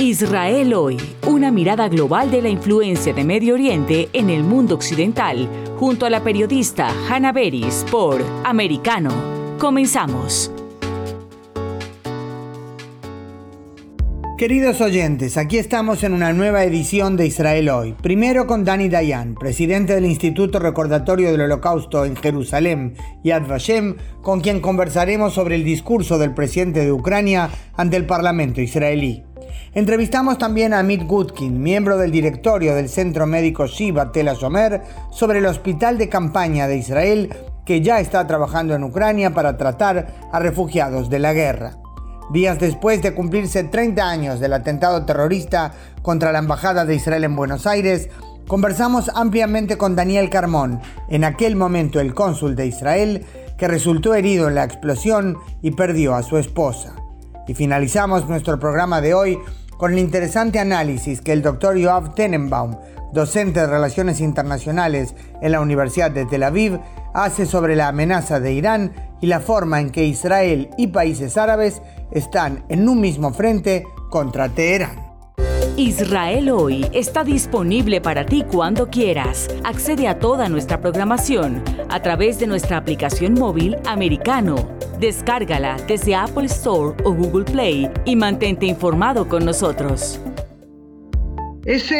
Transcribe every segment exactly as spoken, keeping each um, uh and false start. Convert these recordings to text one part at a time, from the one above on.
Israel hoy, una mirada global de la influencia de Medio Oriente en el mundo occidental, junto a la periodista Hannah Beris por Americano. Comenzamos. Queridos oyentes, aquí estamos en una nueva edición de Israel hoy. Primero con Dani Dayan, presidente del Instituto Recordatorio del Holocausto en Jerusalén, Yad Vashem, con quien conversaremos sobre el discurso del presidente de Ucrania ante el Parlamento israelí. Entrevistamos también a Amit Gutkin, miembro del directorio del Centro Médico Shiva Tel HaShomer, sobre el hospital de campaña de Israel que ya está trabajando en Ucrania para tratar a refugiados de la guerra. Días después de cumplirse treinta años del atentado terrorista contra la Embajada de Israel en Buenos Aires, conversamos ampliamente con Daniel Carmón, en aquel momento el cónsul de Israel, que resultó herido en la explosión y perdió a su esposa. Y finalizamos nuestro programa de hoy con el interesante análisis que el doctor Yoav Tenenbaum, docente de Relaciones Internacionales en la Universidad de Tel Aviv, hace sobre la amenaza de Irán y la forma en que Israel y países árabes están en un mismo frente contra Teherán. Israel hoy está disponible para ti cuando quieras. Accede a toda nuestra programación a través de nuestra aplicación móvil Americano. Descárgala desde Apple Store o Google Play y mantente informado con nosotros. Es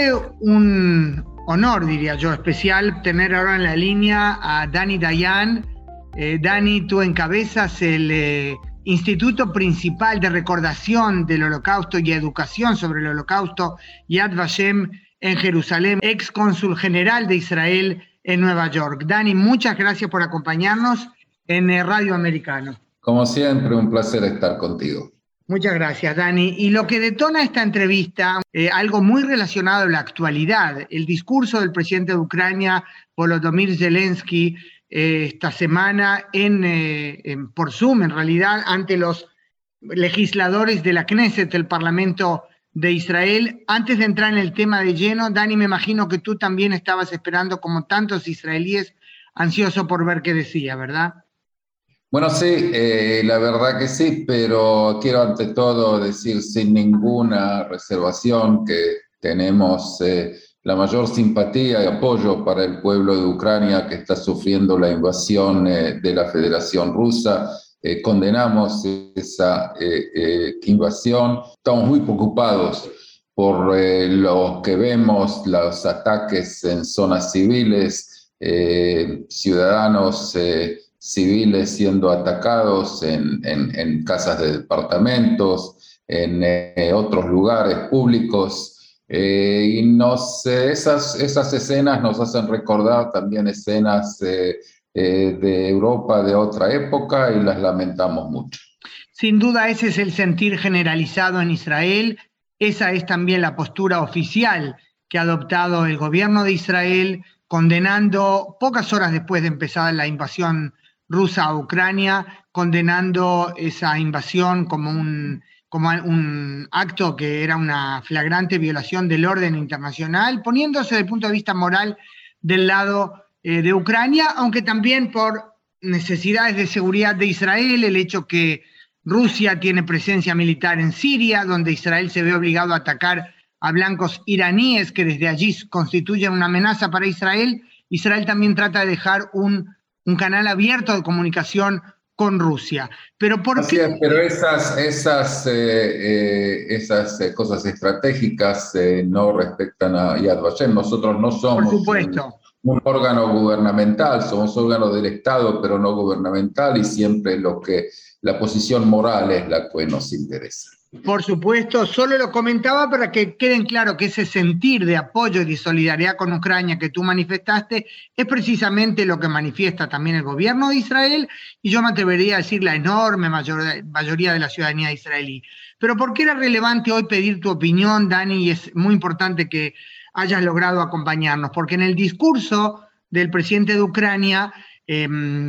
un honor, diría yo, especial tener ahora en la línea a Dani Dayan. Eh, Dani, tú encabezas el eh, Instituto Principal de Recordación del Holocausto y Educación sobre el Holocausto Yad Vashem en Jerusalén, ex cónsul general de Israel en Nueva York. Dani, muchas gracias por acompañarnos en eh, Radio Americano. Como siempre, un placer estar contigo. Muchas gracias, Dani. Y lo que detona esta entrevista, eh, algo muy relacionado a la actualidad, el discurso del presidente de Ucrania, Volodymyr Zelensky, eh, esta semana en, eh, en, por Zoom, en realidad, ante los legisladores de la Knesset, el Parlamento de Israel. Antes de entrar en el tema de lleno, Dani, me imagino que tú también estabas esperando, como tantos israelíes, ansioso por ver qué decía, ¿verdad? Bueno, sí, eh, la verdad que sí, pero quiero ante todo decir sin ninguna reservación que tenemos eh, la mayor simpatía y apoyo para el pueblo de Ucrania que está sufriendo la invasión eh, de la Federación Rusa. Eh, condenamos esa eh, eh, invasión. Estamos muy preocupados por eh, lo que vemos, los ataques en zonas civiles, eh, ciudadanos eh, civiles siendo atacados en, en, en casas de departamentos, en eh, otros lugares públicos. Eh, y nos, eh, esas, esas escenas nos hacen recordar también escenas eh, eh, de Europa de otra época y las lamentamos mucho. Sin duda ese es el sentir generalizado en Israel. Esa es también la postura oficial que ha adoptado el gobierno de Israel, condenando, pocas horas después de empezar la invasión rusa a Ucrania, condenando esa invasión como un, como un acto que era una flagrante violación del orden internacional, poniéndose desde el punto de vista moral del lado eh, de Ucrania, aunque también por necesidades de seguridad de Israel, el hecho que Rusia tiene presencia militar en Siria, donde Israel se ve obligado a atacar a blancos iraníes que desde allí constituyen una amenaza para Israel. Israel también trata de dejar un un canal abierto de comunicación con Rusia. Pero ¿por Así qué? Es, pero esas, esas, eh, eh, esas eh, cosas estratégicas eh, no respectan a Yad Vashem. Nosotros no somos Por supuesto. Un, un órgano gubernamental, somos órgano del Estado, pero no gubernamental, y siempre lo que la posición moral es la que nos interesa. Por supuesto, solo lo comentaba para que queden claro que ese sentir de apoyo y de solidaridad con Ucrania que tú manifestaste es precisamente lo que manifiesta también el gobierno de Israel y yo me atrevería a decir la enorme mayor, mayoría de la ciudadanía israelí. Pero ¿por qué era relevante hoy pedir tu opinión, Dani? Y es muy importante que hayas logrado acompañarnos, porque en el discurso del presidente de Ucrania, eh,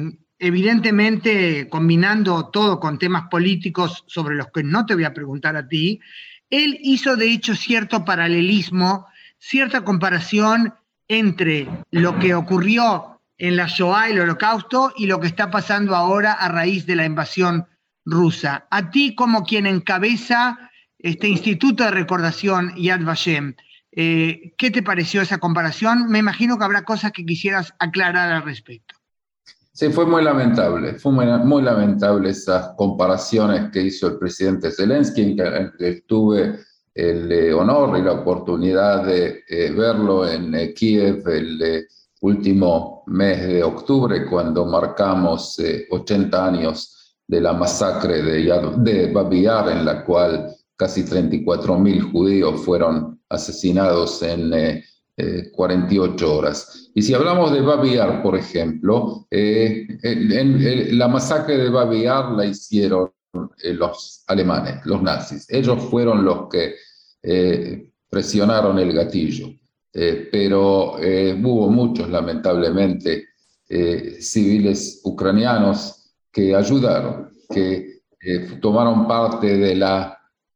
evidentemente combinando todo con temas políticos sobre los que no te voy a preguntar a ti, él hizo de hecho cierto paralelismo, cierta comparación entre lo que ocurrió en la Shoah, el Holocausto, y lo que está pasando ahora a raíz de la invasión rusa. A ti, como quien encabeza este Instituto de Recordación Yad Vashem. Eh, ¿Qué te pareció esa comparación? Me imagino que habrá cosas que quisieras aclarar al respecto. Sí, fue muy lamentable, fue muy, muy lamentable esas comparaciones que hizo el presidente Zelensky, en que, en que tuve el eh, honor y la oportunidad de eh, verlo en eh, Kiev el eh, último mes de octubre, cuando marcamos eh, ochenta años de la masacre de, Yad, de Babi Yar, en la cual casi treinta y cuatro mil judíos fueron asesinados en eh, Eh, cuarenta y ocho horas. Y si hablamos de Babi Yar, por ejemplo, eh, en, en, en la masacre de Babi Yar la hicieron eh, los alemanes, los nazis. Ellos fueron los que eh, presionaron el gatillo. Eh, pero eh, hubo muchos, lamentablemente, eh, civiles ucranianos que ayudaron, que eh, tomaron parte de la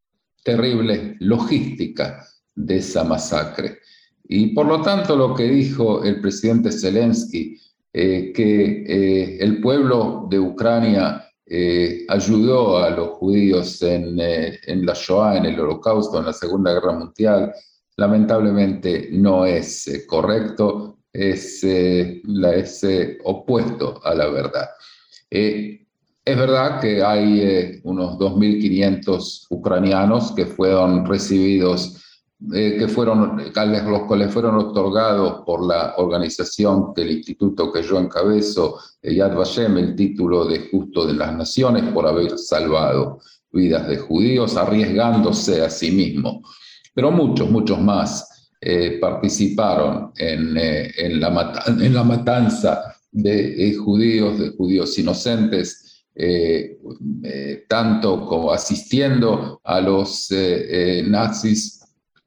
terrible logística de esa masacre. Y por lo tanto lo que dijo el presidente Zelensky, eh, que eh, el pueblo de Ucrania eh, ayudó a los judíos en, eh, en la Shoah, en el Holocausto, en la Segunda Guerra Mundial, lamentablemente no es eh, correcto, es, eh, la, es eh, opuesto a la verdad. Eh, es verdad que hay eh, unos dos mil quinientos ucranianos que fueron recibidos Eh, que fueron, los que les fueron otorgados por la organización del instituto que yo encabezo, Yad Vashem, el título de Justo de las Naciones, por haber salvado vidas de judíos, arriesgándose a sí mismo. Pero muchos, muchos más eh, participaron en, eh, en, la matan- en la matanza de eh, judíos, de judíos inocentes, eh, eh, tanto como asistiendo a los eh, eh, nazis,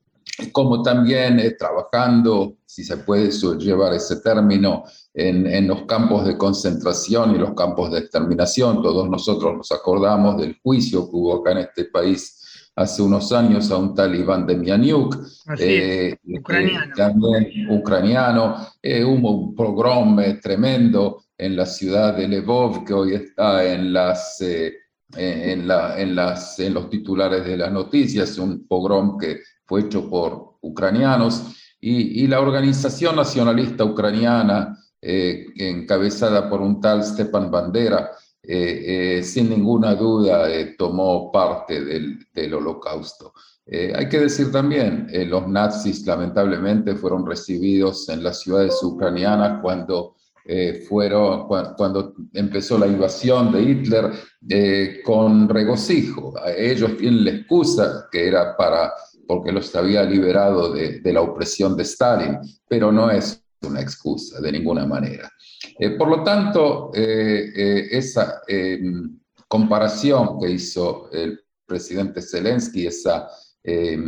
como también eh, trabajando, si se puede llevar ese término, en, en los campos de concentración y los campos de exterminación. Todos nosotros nos acordamos del juicio que hubo acá en este país hace unos años a un tal Iván Demjanjuk, eh, ucraniano. Eh, también ucraniano. Eh, hubo un pogrom eh, tremendo en la ciudad de Lvov, que hoy está en las... Eh, En, la, en, las, en los titulares de las noticias, un pogrom que fue hecho por ucranianos, y, y la organización nacionalista ucraniana, eh, encabezada por un tal Stepan Bandera, eh, eh, sin ninguna duda eh, tomó parte del, del Holocausto. Eh, hay que decir también, eh, los nazis lamentablemente fueron recibidos en las ciudades ucranianas cuando Eh, fueron cu- cuando empezó la invasión de Hitler eh, con regocijo. Ellos tienen la excusa que era para, porque los había liberado de, de la opresión de Stalin, pero no es una excusa de ninguna manera. Eh, por lo tanto, eh, eh, esa eh, comparación que hizo el presidente Zelensky, esa, eh,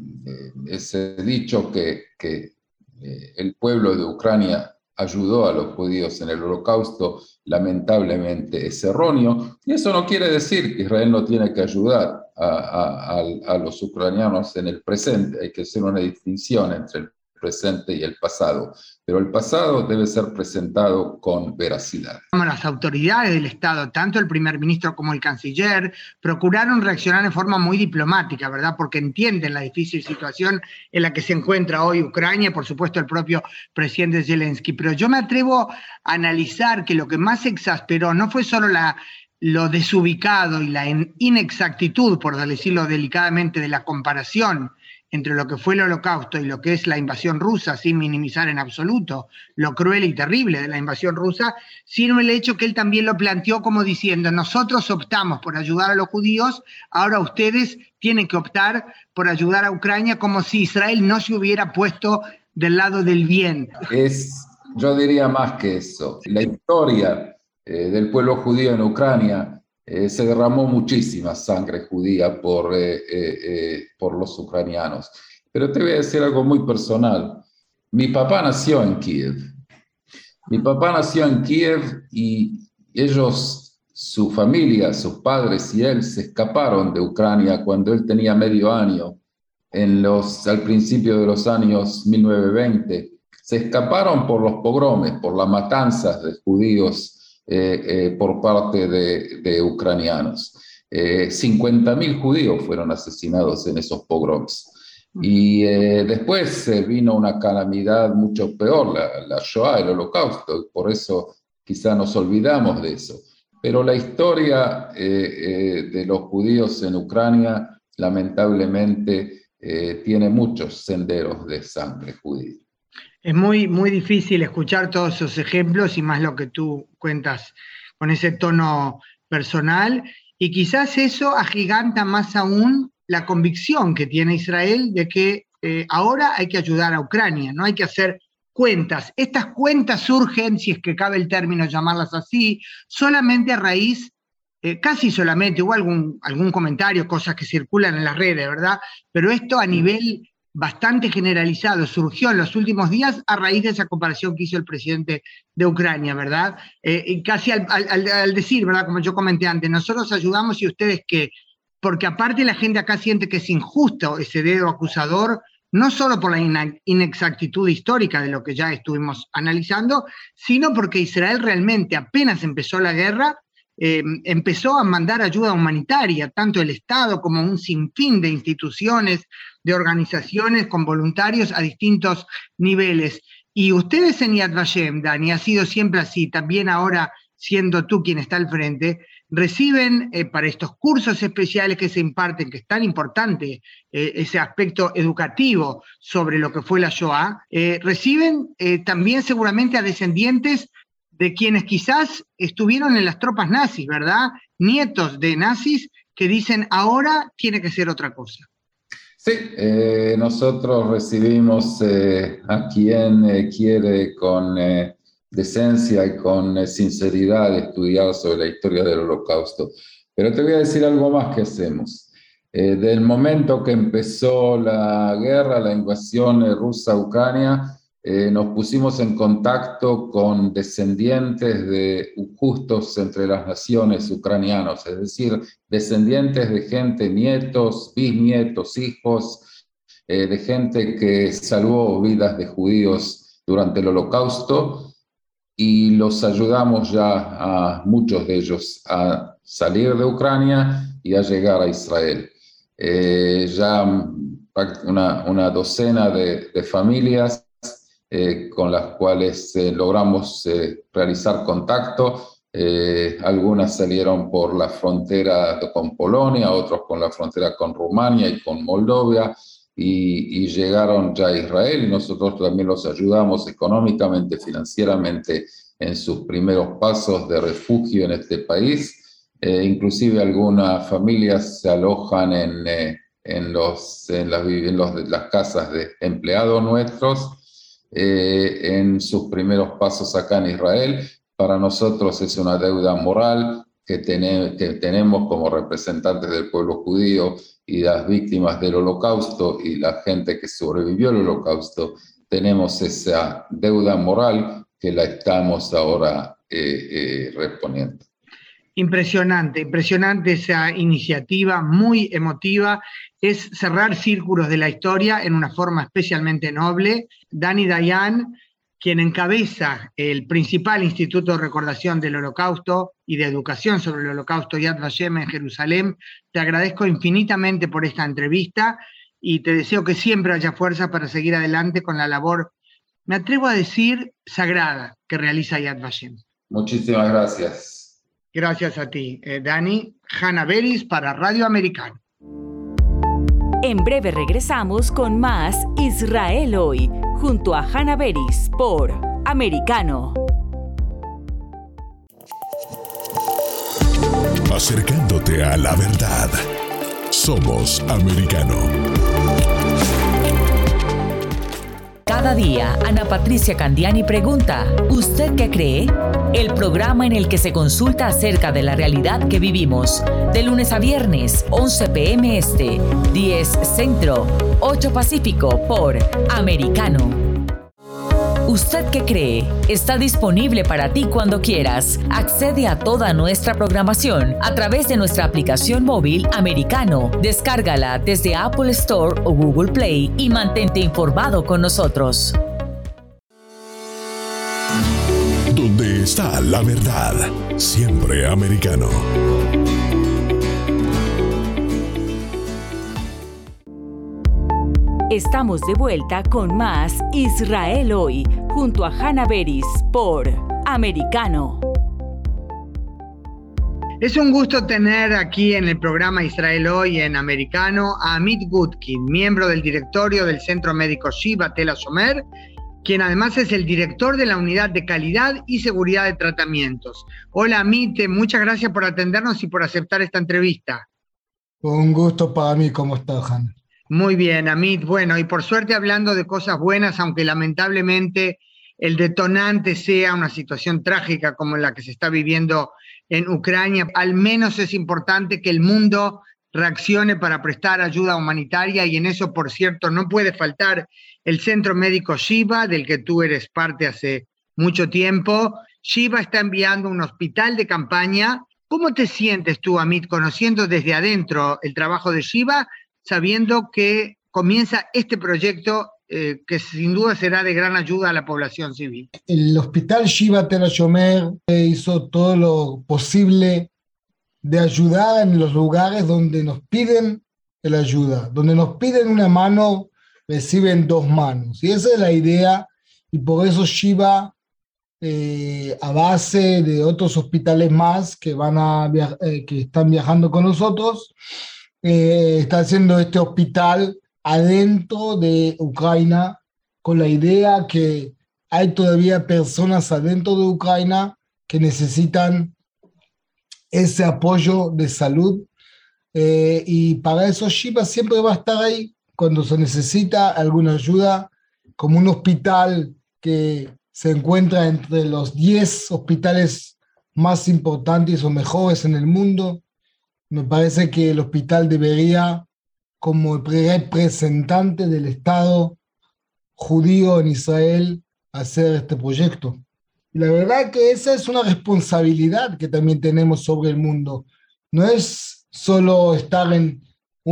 ese dicho que, que eh, el pueblo de Ucrania ayudó a los judíos en el Holocausto, lamentablemente es erróneo, y eso no quiere decir que Israel no tiene que ayudar a, a, a, a los ucranianos en el presente. Hay que hacer una distinción entre el presente y el pasado, pero el pasado debe ser presentado con veracidad. Las autoridades del Estado, tanto el primer ministro como el canciller, procuraron reaccionar en forma muy diplomática, ¿verdad? Porque entienden la difícil situación en la que se encuentra hoy Ucrania, y por supuesto el propio presidente Zelensky. Pero yo me atrevo a analizar que lo que más exasperó no fue solo la, lo desubicado y la inexactitud, por decirlo delicadamente, de la comparación entre lo que fue el Holocausto y lo que es la invasión rusa, sin minimizar en absoluto lo cruel y terrible de la invasión rusa, sino el hecho que él también lo planteó como diciendo: nosotros optamos por ayudar a los judíos, ahora ustedes tienen que optar por ayudar a Ucrania, como si Israel no se hubiera puesto del lado del bien. Es, yo diría más que eso. La historia eh, del pueblo judío en Ucrania, Eh, se derramó muchísima sangre judía por, eh, eh, eh, por los ucranianos. Pero te voy a decir algo muy personal. Mi papá nació en Kiev. Mi papá nació en Kiev y ellos, su familia, sus padres y él se escaparon de Ucrania cuando él tenía medio año, en los, al principio de los años mil novecientos veinte. Se escaparon por los pogromes, por las matanzas de judíos Eh, eh, por parte de, de ucranianos. eh, cincuenta mil judíos fueron asesinados en esos pogroms. Y eh, después eh, vino una calamidad mucho peor, la, la Shoah, el Holocausto, y por eso quizá nos olvidamos de eso. Pero la historia eh, eh, de los judíos en Ucrania, lamentablemente, eh, tiene muchos senderos de sangre judía. Es muy, muy difícil escuchar todos esos ejemplos y más lo que tú cuentas con ese tono personal, y quizás eso agiganta más aún la convicción que tiene Israel de que eh, ahora hay que ayudar a Ucrania, no hay que hacer cuentas. Estas cuentas surgen, si es que cabe el término llamarlas así, solamente a raíz, eh, casi solamente, hubo algún, algún comentario, cosas que circulan en las redes, ¿verdad? Pero esto a nivel bastante generalizado surgió en los últimos días a raíz de esa comparación que hizo el presidente de Ucrania, ¿verdad? Eh, y casi al, al, al decir, ¿verdad? Como yo comenté antes, nosotros ayudamos y ustedes qué. Porque aparte la gente acá siente que es injusto ese dedo acusador, no solo por la inexactitud histórica de lo que ya estuvimos analizando, sino porque Israel realmente apenas empezó la guerra, eh, empezó a mandar ayuda humanitaria, tanto el Estado como un sinfín de instituciones, de organizaciones con voluntarios a distintos niveles. Y ustedes en Yad Vashem, Dani, ha sido siempre así, también ahora siendo tú quien está al frente, reciben eh, para estos cursos especiales que se imparten, que es tan importante eh, ese aspecto educativo sobre lo que fue la Shoah, eh, reciben eh, también seguramente a descendientes de quienes quizás estuvieron en las tropas nazis, ¿verdad? Nietos de nazis que dicen ahora tiene que ser otra cosa. Sí, eh, nosotros recibimos eh, a quien eh, quiere con eh, decencia y con eh, sinceridad estudiar sobre la historia del Holocausto. Pero te voy a decir algo más que hacemos. Eh, del momento que empezó la guerra, la invasión eh, rusa a Ucrania, eh, nos pusimos en contacto con descendientes de justos entre las naciones ucranianos, es decir, descendientes de gente, nietos, bisnietos, hijos, eh, de gente que salvó vidas de judíos durante el Holocausto, y los ayudamos ya a muchos de ellos a salir de Ucrania y a llegar a Israel. Eh, ya una, una docena de, de familias eh, con las cuales eh, logramos eh, realizar contacto. Eh, algunas salieron por la frontera con Polonia, otros con la frontera con Rumania y con Moldovia, y, y llegaron ya a Israel, y nosotros también los ayudamos económicamente, financieramente en sus primeros pasos de refugio en este país. Eh, inclusive algunas familias se alojan en, eh, en, los, en, las, en los, las casas de empleados nuestros eh, en sus primeros pasos acá en Israel. Para nosotros es una deuda moral que, ten, que tenemos como representantes del pueblo judío y las víctimas del Holocausto y la gente que sobrevivió al Holocausto. Tenemos esa deuda moral que la estamos ahora eh, eh, respondiendo. Impresionante, impresionante esa iniciativa, muy emotiva. Es cerrar círculos de la historia en una forma especialmente noble. Dani Dayan, quien encabeza el principal instituto de recordación del Holocausto y de educación sobre el Holocausto Yad Vashem en Jerusalén, te agradezco infinitamente por esta entrevista y te deseo que siempre haya fuerza para seguir adelante con la labor, me atrevo a decir, sagrada que realiza Yad Vashem. Muchísimas gracias. Gracias a ti, eh, Dani. Hannah Beris para Radio Americano. En breve regresamos con más Israel Hoy, junto a Hannah Beris por Americano. Acercándote a la verdad. Somos Americano. Cada día, Ana Patricia Candiani pregunta, ¿usted qué cree? El programa en el que se consulta acerca de la realidad que vivimos, de lunes a viernes, once pe eme este, diez Centro, ocho Pacífico, por Americano. ¿Usted qué cree? Está disponible para ti cuando quieras. Accede a toda nuestra programación a través de nuestra aplicación móvil Americano. Descárgala desde Apple Store o Google Play y mantente informado con nosotros. Donde está la verdad, siempre Americano. Estamos de vuelta con más Israel Hoy, junto a Hannah Beris por Americano. Es un gusto tener aquí en el programa Israel Hoy en Americano a Amit Gutkin, miembro del directorio del Centro Médico Shiva Tel HaShomer, quien además es el director de la Unidad de Calidad y Seguridad de Tratamientos. Hola Amit, muchas gracias por atendernos y por aceptar esta entrevista. Un gusto para mí, ¿cómo estás, Han? Muy bien, Amit. Bueno, y por suerte hablando de cosas buenas, aunque lamentablemente el detonante sea una situación trágica como la que se está viviendo en Ucrania, al menos es importante que el mundo reaccione para prestar ayuda humanitaria, y en eso, por cierto, no puede faltar el Centro Médico Shiva, del que tú eres parte hace mucho tiempo. Shiva está enviando un hospital de campaña. ¿Cómo te sientes tú, Amit, conociendo desde adentro el trabajo de Shiva, sabiendo que comienza este proyecto eh, que sin duda será de gran ayuda a la población civil? El Hospital Shiva Tel HaShomer hizo todo lo posible de ayudar en los lugares donde nos piden la ayuda, donde nos piden una mano, reciben dos manos. Y esa es la idea, y por eso Shiva, eh, a base de otros hospitales más que, van a via- eh, que están viajando con nosotros, eh, está haciendo este hospital adentro de Ucrania, con la idea que hay todavía personas adentro de Ucrania que necesitan ese apoyo de salud, eh, y para eso Shiva siempre va a estar ahí cuando se necesita alguna ayuda, como un hospital que se encuentra entre los diez hospitales más importantes o mejores en el mundo. Me parece que el hospital debería, como representante del Estado judío en Israel, hacer este proyecto. Y la verdad que esa es una responsabilidad que también tenemos sobre el mundo. No es solo estar en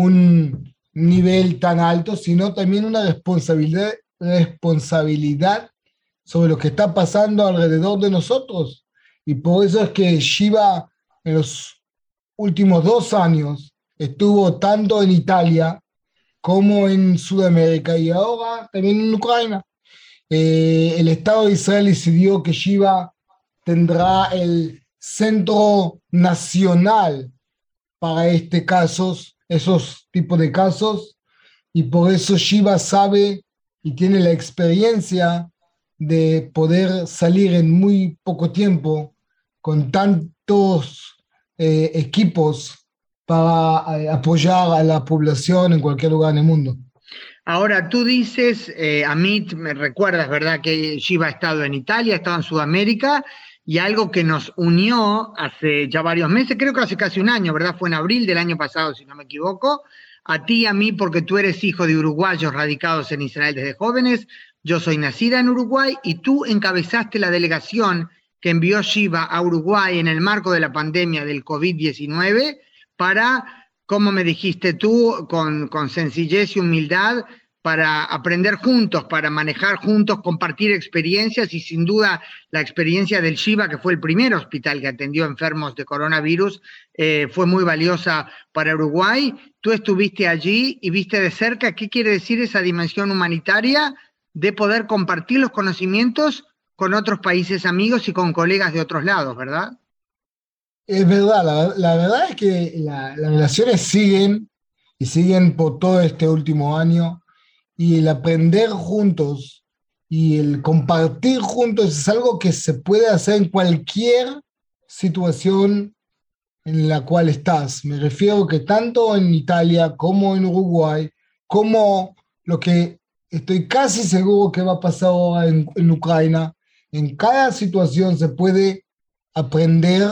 un nivel tan alto, sino también una responsabilidad, responsabilidad sobre lo que está pasando alrededor de nosotros. Y por eso es que Shiva en los últimos dos años estuvo tanto en Italia como en Sudamérica y ahora también en Ucrania. Eh, el Estado de Israel decidió que Shiva tendrá el centro nacional para este casos, esos tipos de casos, y por eso Shiva sabe y tiene la experiencia de poder salir en muy poco tiempo con tantos eh, equipos para eh, apoyar a la población en cualquier lugar en el mundo. Ahora, tú dices, eh, Amit, me recuerdas, ¿verdad?, que Shiva ha estado en Italia, ha estado en Sudamérica, y algo que nos unió hace ya varios meses, creo que hace casi un año, ¿verdad? Fue en abril del año pasado, si no me equivoco, a ti y a mí, porque tú eres hijo de uruguayos radicados en Israel desde jóvenes. Yo soy nacida en Uruguay y tú encabezaste la delegación que envió Shiva a Uruguay en el marco de la pandemia del COVID diecinueve para, como me dijiste tú, con, con sencillez y humildad, para aprender juntos, para manejar juntos, compartir experiencias, y sin duda la experiencia del Shiva, que fue el primer hospital que atendió enfermos de coronavirus, eh, fue muy valiosa para Uruguay. Tú estuviste allí y viste de cerca qué quiere decir esa dimensión humanitaria de poder compartir los conocimientos con otros países amigos y con colegas de otros lados, ¿verdad? Es verdad, la, la verdad es que la, las relaciones siguen y siguen por todo este último año, y el aprender juntos y el compartir juntos es algo que se puede hacer en cualquier situación en la cual estás. Me refiero que tanto en Italia como en Uruguay, como lo que estoy casi seguro que va a pasar ahora en, en Ucrania, en cada situación se puede aprender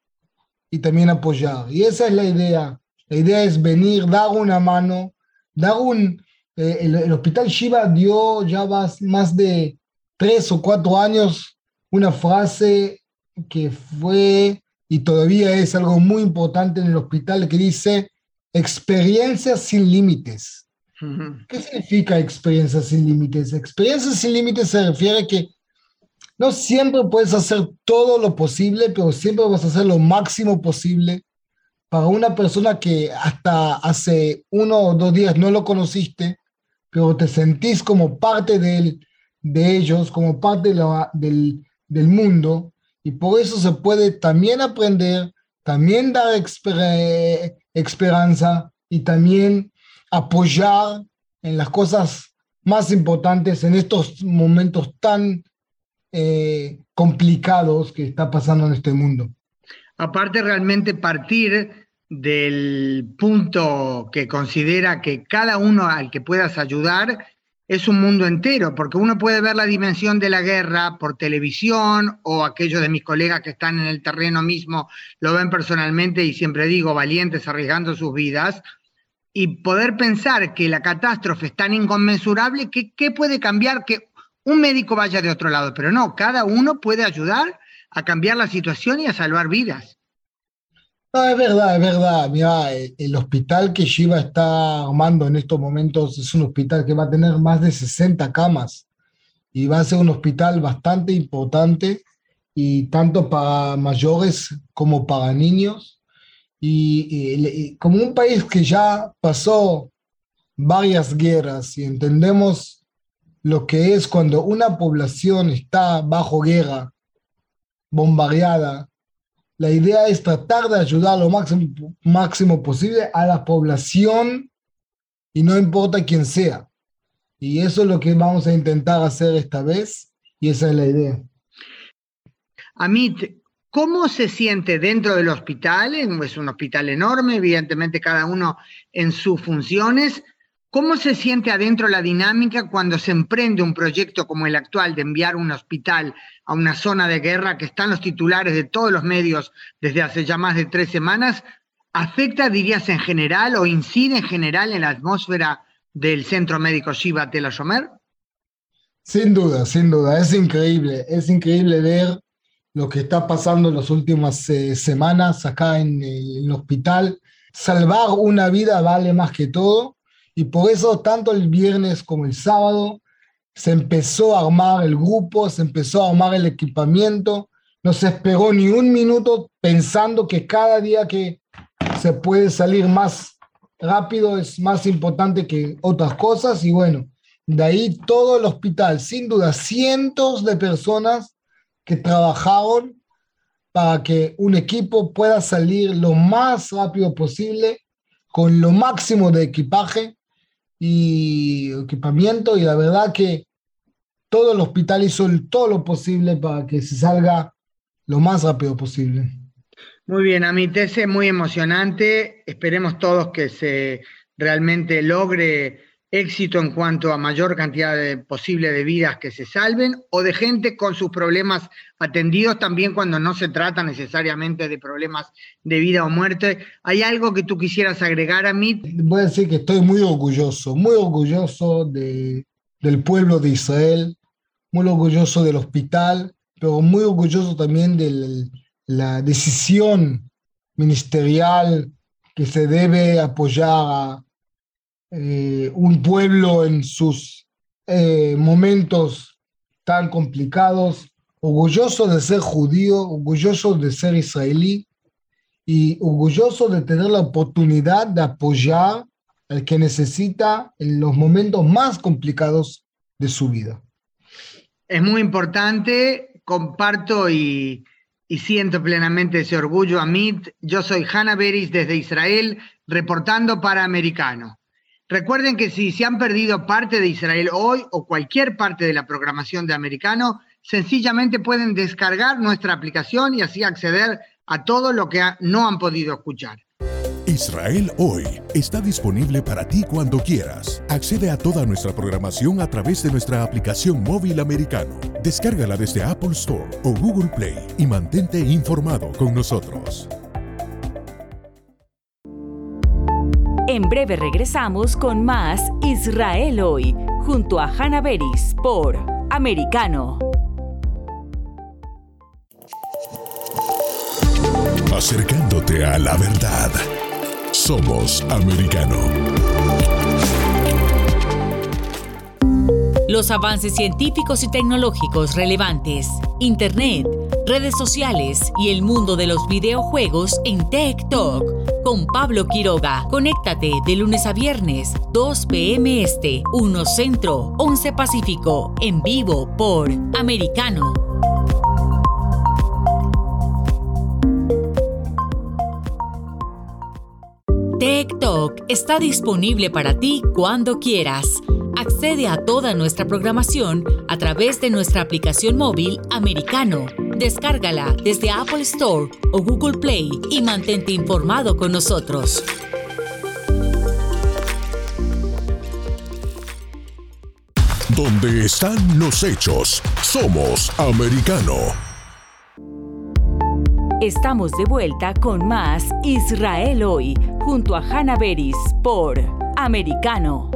y también apoyar. Y esa es la idea. La idea es venir, dar una mano, dar un... Eh, el, el Hospital Shiva dio ya más, más de tres o cuatro años una frase que fue y todavía es algo muy importante en el hospital, que dice experiencias sin límites. Uh-huh. ¿Qué significa experiencias sin límites? Experiencias sin límites se refiere a que no siempre puedes hacer todo lo posible, pero siempre vas a hacer lo máximo posible para una persona que hasta hace uno o dos días no lo conociste, pero te sentís como parte de, de ellos, como parte de la, del, del mundo, y por eso se puede también aprender, también dar exper- esperanza y también apoyar en las cosas más importantes en estos momentos tan eh, complicados que está pasando en este mundo. Aparte, realmente partir del punto que considera que cada uno al que puedas ayudar es un mundo entero, porque uno puede ver la dimensión de la guerra por televisión, o aquellos de mis colegas que están en el terreno mismo lo ven personalmente, y siempre digo, valientes arriesgando sus vidas, y poder pensar que la catástrofe es tan inconmensurable que ¿qué puede cambiar que un médico vaya de otro lado? Pero no, cada uno puede ayudar a cambiar la situación y a salvar vidas. No, es verdad, es verdad. Mira, el hospital que Shiva está armando en estos momentos es un hospital que va a tener más de sesenta camas y va a ser un hospital bastante importante, y tanto para mayores como para niños. Y, y, y como un país que ya pasó varias guerras y entendemos lo que es cuando una población está bajo guerra, bombardeada, la idea es tratar de ayudar lo máximo, máximo posible a la población, y no importa quién sea. Y eso es lo que vamos a intentar hacer esta vez, y esa es la idea. Amit, ¿cómo se siente dentro del hospital? Es un hospital enorme, evidentemente cada uno en sus funciones. ¿Cómo se siente adentro la dinámica cuando se emprende un proyecto como el actual de enviar un hospital a una zona de guerra, que están los titulares de todos los medios desde hace ya más de tres semanas? ¿Afecta, dirías, en general, o incide en general en la atmósfera del Centro Médico Shiva Tel HaShomer? Sin duda, sin duda. Es increíble. Es increíble ver lo que está pasando en las últimas eh, semanas acá en, en el hospital. Salvar una vida vale más que todo. Y por eso, tanto el viernes como el sábado, se empezó a armar el grupo, se empezó a armar el equipamiento. No se esperó ni un minuto, pensando que cada día que se puede salir más rápido es más importante que otras cosas. Y bueno, de ahí todo el hospital, sin duda, cientos de personas que trabajaron para que un equipo pueda salir lo más rápido posible, con lo máximo de equipaje y equipamiento, y la verdad que todo el hospital hizo todo lo posible para que se salga lo más rápido posible. Muy bien, Amit, es muy emocionante. Esperemos todos que se realmente logre éxito en cuanto a mayor cantidad de, posible de vidas que se salven, o de gente con sus problemas atendidos, también cuando no se trata necesariamente de problemas de vida o muerte. ¿Hay algo que tú quisieras agregar, Amit? Voy a decir que estoy muy orgulloso, muy orgulloso de, del pueblo de Israel, muy orgulloso del hospital, pero muy orgulloso también de la decisión ministerial que se debe apoyar a Eh, un pueblo en sus eh, momentos tan complicados. Orgulloso de ser judío, orgulloso de ser israelí, y orgulloso de tener la oportunidad de apoyar al que necesita en los momentos más complicados de su vida. Es muy importante, comparto y, y siento plenamente ese orgullo, Amit. Yo soy Hannah Beris desde Israel, reportando para Americano. Recuerden que si se han perdido parte de Israel hoy o cualquier parte de la programación de Americano, sencillamente pueden descargar nuestra aplicación y así acceder a todo lo que no han podido escuchar. Israel Hoy está disponible para ti cuando quieras. Accede a toda nuestra programación a través de nuestra aplicación móvil Americano. Descárgala desde Apple Store o Google Play y mantente informado con nosotros. En breve regresamos con más Israel Hoy, junto a Hannah Beris por Americano. Acercándote a la verdad. Somos Americano. Los avances científicos y tecnológicos relevantes, Internet, redes sociales y el mundo de los videojuegos en Tech Talk con Pablo Quiroga. Conéctate de lunes a viernes, dos p m Este, uno Centro, once Pacífico, en vivo por Americano. Tech Talk está disponible para ti cuando quieras. Accede a toda nuestra programación a través de nuestra aplicación móvil Americano. Descárgala desde Apple Store o Google Play y mantente informado con nosotros. Donde están los hechos, somos Americano. Estamos de vuelta con más Israel Hoy, junto a Hannah Beris por Americano.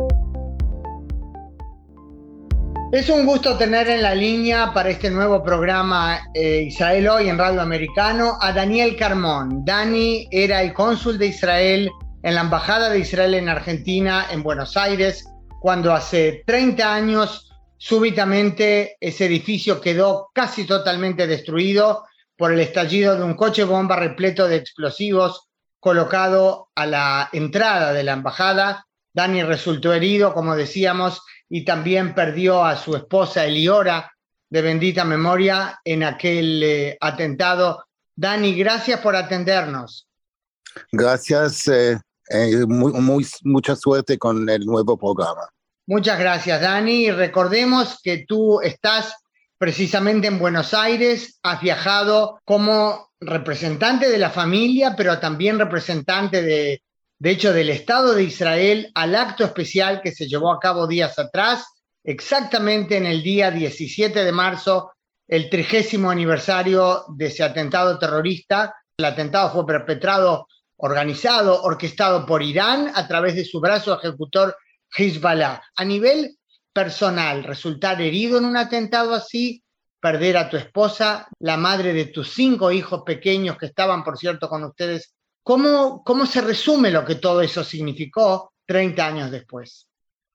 Es un gusto tener en la línea para este nuevo programa eh, Israel Hoy en Radio Americano a Daniel Carmón. Dani era el cónsul de Israel en la Embajada de Israel en Argentina, en Buenos Aires, cuando hace treinta años súbitamente ese edificio quedó casi totalmente destruido por el estallido de un coche bomba repleto de explosivos colocado a la entrada de la embajada. Dani resultó herido, como decíamos, y también perdió a su esposa Eliora, de bendita memoria, en aquel eh, atentado. Dani, gracias por atendernos. Gracias, eh, eh, muy, muy, mucha suerte con el nuevo programa. Muchas gracias, Dani. Y recordemos que tú estás precisamente en Buenos Aires, has viajado como representante de la familia, pero también representante de, de hecho del Estado de Israel al acto especial que se llevó a cabo días atrás, exactamente en el día diecisiete de marzo, el trigésimo aniversario de ese atentado terrorista. El atentado fue perpetrado, organizado, orquestado por Irán a través de su brazo ejecutor Hezbollah. A nivel personal, resultar herido en un atentado así, perder a tu esposa, la madre de tus cinco hijos pequeños que estaban, por cierto, con ustedes, ¿cómo, cómo se resume lo que todo eso significó treinta años después?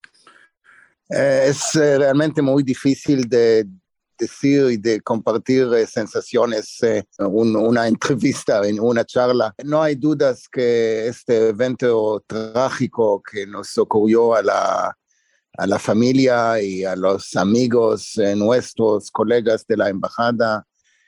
Eh, es eh, realmente muy difícil de decir y de compartir eh, sensaciones en eh, un, una entrevista, en una charla. No hay dudas que este evento trágico que nos ocurrió a la a la familia y a los amigos, eh, nuestros colegas de la embajada.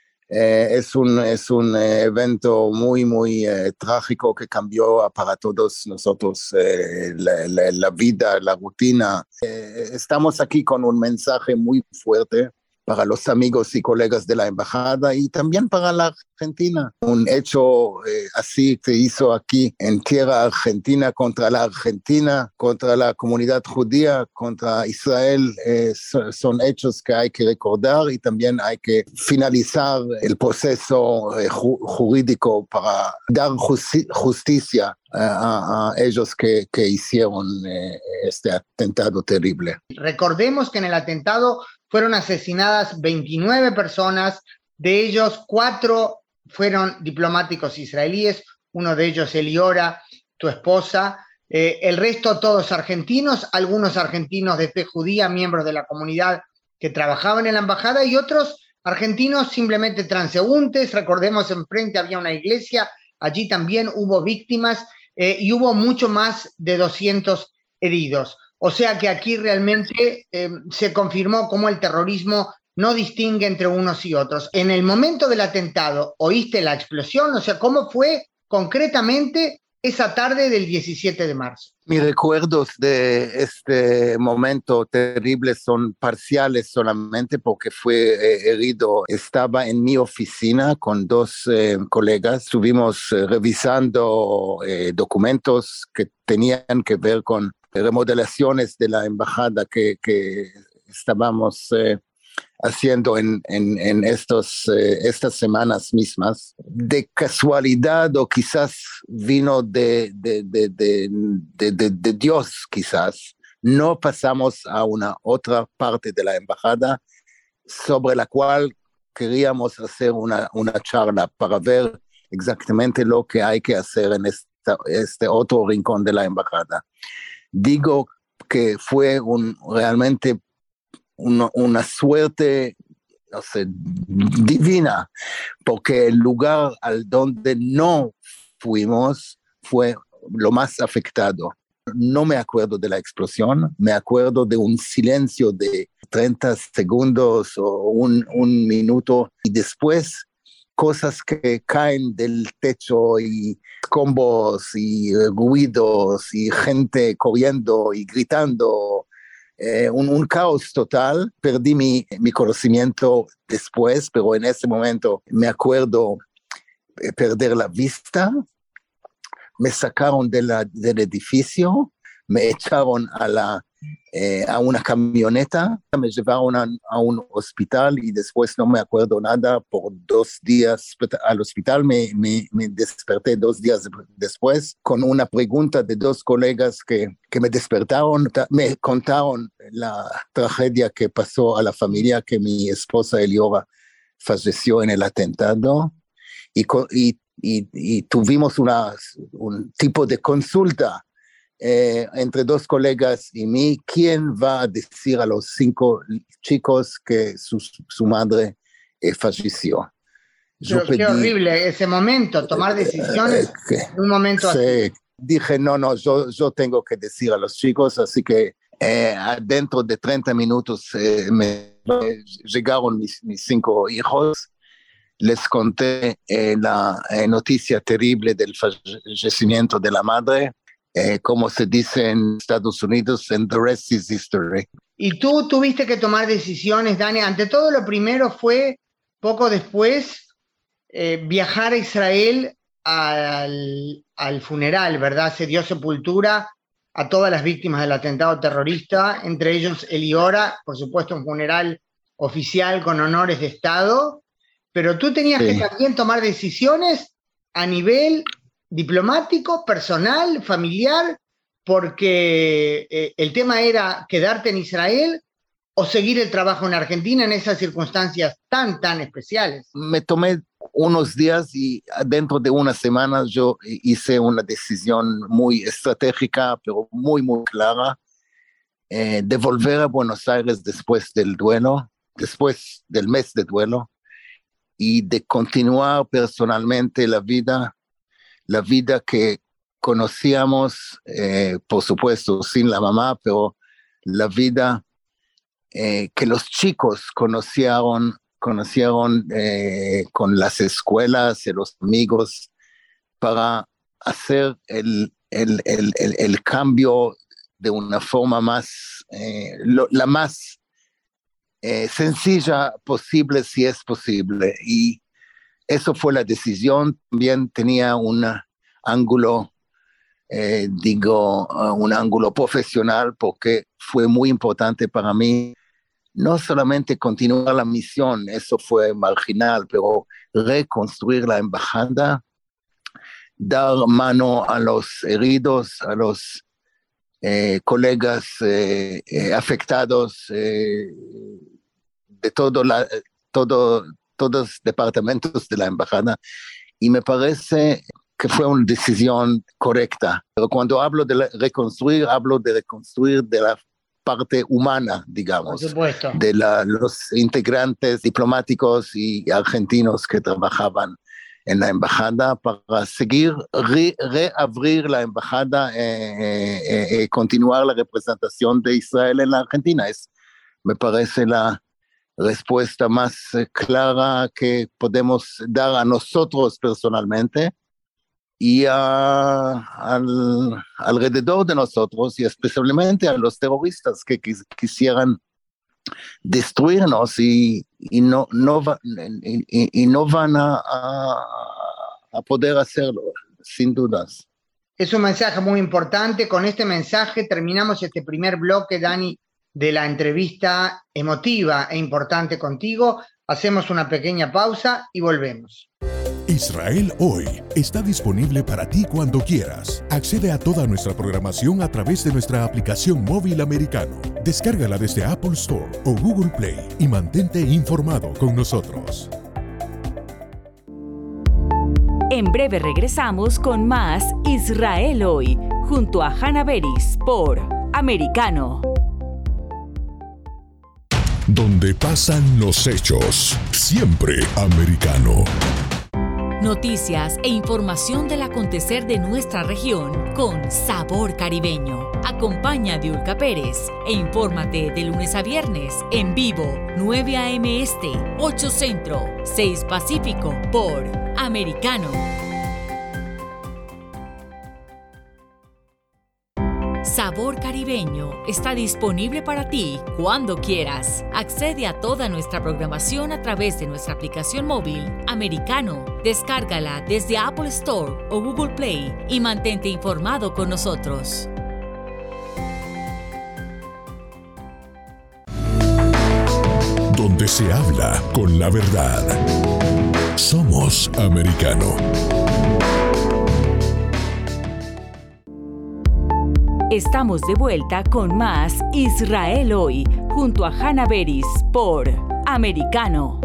Eh, es un, es un eh, evento muy, muy eh, trágico que cambió para todos nosotros eh, la, la, la vida, la rutina. Eh, estamos aquí con un mensaje muy fuerte para los amigos y colegas de la embajada y también para la Argentina. Un hecho eh, así se hizo aquí en tierra argentina contra la Argentina, contra la comunidad judía, contra Israel. Eh, so, son hechos que hay que recordar y también hay que finalizar el proceso eh, ju- jurídico para dar justi- justicia a, a ellos que, que hicieron eh, este atentado terrible. Recordemos que en el atentado fueron asesinadas veintinueve personas, de ellos cuatro fueron diplomáticos israelíes, uno de ellos Eliora, tu esposa, eh, el resto todos argentinos, algunos argentinos de fe judía, miembros de la comunidad que trabajaban en la embajada y otros argentinos simplemente transeúntes. Recordemos, enfrente había una iglesia, allí también hubo víctimas eh, y hubo mucho más de doscientos heridos. O sea que aquí realmente eh, se confirmó cómo el terrorismo no distingue entre unos y otros. En el momento del atentado, ¿oíste la explosión? O sea, ¿cómo fue concretamente esa tarde del diecisiete de marzo? Mis recuerdos de este momento terrible son parciales solamente porque fue eh, herido. Estaba en mi oficina con dos eh, colegas. Estuvimos eh, revisando eh, documentos que tenían que ver con remodelaciones de la embajada que, que estábamos eh, haciendo en, en, en estos, eh, estas semanas mismas. De casualidad o quizás vino de, de, de, de, de, de, de Dios, quizás, no pasamos a una otra parte de la embajada sobre la cual queríamos hacer una, una charla para ver exactamente lo que hay que hacer en esta, este otro rincón de la embajada. Digo que fue un, realmente una, una suerte, no sé, divina, porque el lugar al donde no fuimos fue lo más afectado. No me acuerdo de la explosión, me acuerdo de un silencio de treinta segundos o un, un minuto y después cosas que caen del techo y combos y ruidos y gente corriendo y gritando, eh, un, un caos total. Perdí mi, mi conocimiento después, pero en ese momento me acuerdo eh, perder la vista. Me sacaron de la, del edificio, me echaron a, la, eh, a una camioneta, me llevaron a, a un hospital y después no me acuerdo nada por dos días al hospital. Me, me, me desperté dos días después con una pregunta de dos colegas que, que me despertaron, me contaron la tragedia que pasó a la familia, que mi esposa Eliora falleció en el atentado y, y Y, y tuvimos una, un tipo de consulta eh, entre dos colegas y mí. ¿Quién va a decir a los cinco chicos que su, su madre eh, falleció? Yo Pero pedí, qué horrible ese momento, tomar decisiones eh, eh, en un momento sí, así. Dije, no, no, yo, yo tengo que decir a los chicos, así que eh, dentro de treinta minutos eh, me, me llegaron mis, mis cinco hijos. Les conté eh, la eh, noticia terrible del fallecimiento de la madre, eh, como se dice en Estados Unidos, and the rest is history. Y tú tuviste que tomar decisiones, Dani. Ante todo, lo primero fue, poco después, eh, viajar a Israel al, al funeral, ¿verdad? Se dio sepultura a todas las víctimas del atentado terrorista, entre ellos Eliora, por supuesto un funeral oficial con honores de Estado. Pero tú tenías sí. que también tomar decisiones a nivel diplomático, personal, familiar, porque eh, el tema era quedarte en Israel o seguir el trabajo en Argentina en esas circunstancias tan, tan especiales. Me tomé unos días y dentro de unas semanas yo hice una decisión muy estratégica, pero muy, muy clara, eh, de volver a Buenos Aires después del duelo, después del mes de duelo, y de continuar personalmente la vida, la vida que conocíamos, eh, por supuesto, sin la mamá, pero la vida eh, que los chicos conocieron, conocieron eh, con las escuelas y los amigos, para hacer el, el, el, el, el cambio de una forma más, eh, lo, la más Eh, sencilla posible, si es posible. Y eso fue la decisión. También tenía un ángulo, eh, digo, uh, un ángulo profesional, porque fue muy importante para mí no solamente continuar la misión, eso fue marginal, pero reconstruir la embajada, dar mano a los heridos, a los eh, colegas eh, eh, afectados, eh, de todo la, todo, todos los departamentos de la embajada, y me parece que fue una decisión correcta. Pero cuando hablo de reconstruir, hablo de reconstruir de la parte humana, digamos, por supuesto, de la, los integrantes diplomáticos y argentinos que trabajaban en la embajada, para seguir, re, reabrir la embajada y eh, eh, eh, continuar la representación de Israel en la Argentina. Es, me parece la respuesta más clara que podemos dar a nosotros personalmente y a, al, alrededor de nosotros, y especialmente a los terroristas que quis, quisieran destruirnos y, y, no, no, va, y, y no van a, a, a poder hacerlo, sin dudas. Es un mensaje muy importante. Con este mensaje terminamos este primer bloque, Dani, de la entrevista emotiva e importante contigo. Hacemos una pequeña pausa y volvemos. Israel Hoy está disponible para ti cuando quieras. Accede a toda nuestra programación a través de nuestra aplicación móvil americano. Descárgala desde Apple Store o Google Play y mantente informado con nosotros. En breve regresamos con más Israel Hoy, junto a Hannah Beris por Americano. Donde pasan los hechos, siempre americano. Noticias e información del acontecer de nuestra región con sabor caribeño. Acompaña a Diulca Pérez e infórmate de lunes a viernes en vivo, nueve a eme Este, ocho Centro, seis Pacífico por Americano. Sabor Caribeño está disponible para ti cuando quieras. Accede a toda nuestra programación a través de nuestra aplicación móvil Americano. Descárgala desde Apple Store o Google Play y mantente informado con nosotros. Donde se habla con la verdad. Somos Americano. Estamos de vuelta con más Israel Hoy, junto a Hannah Beris por Americano.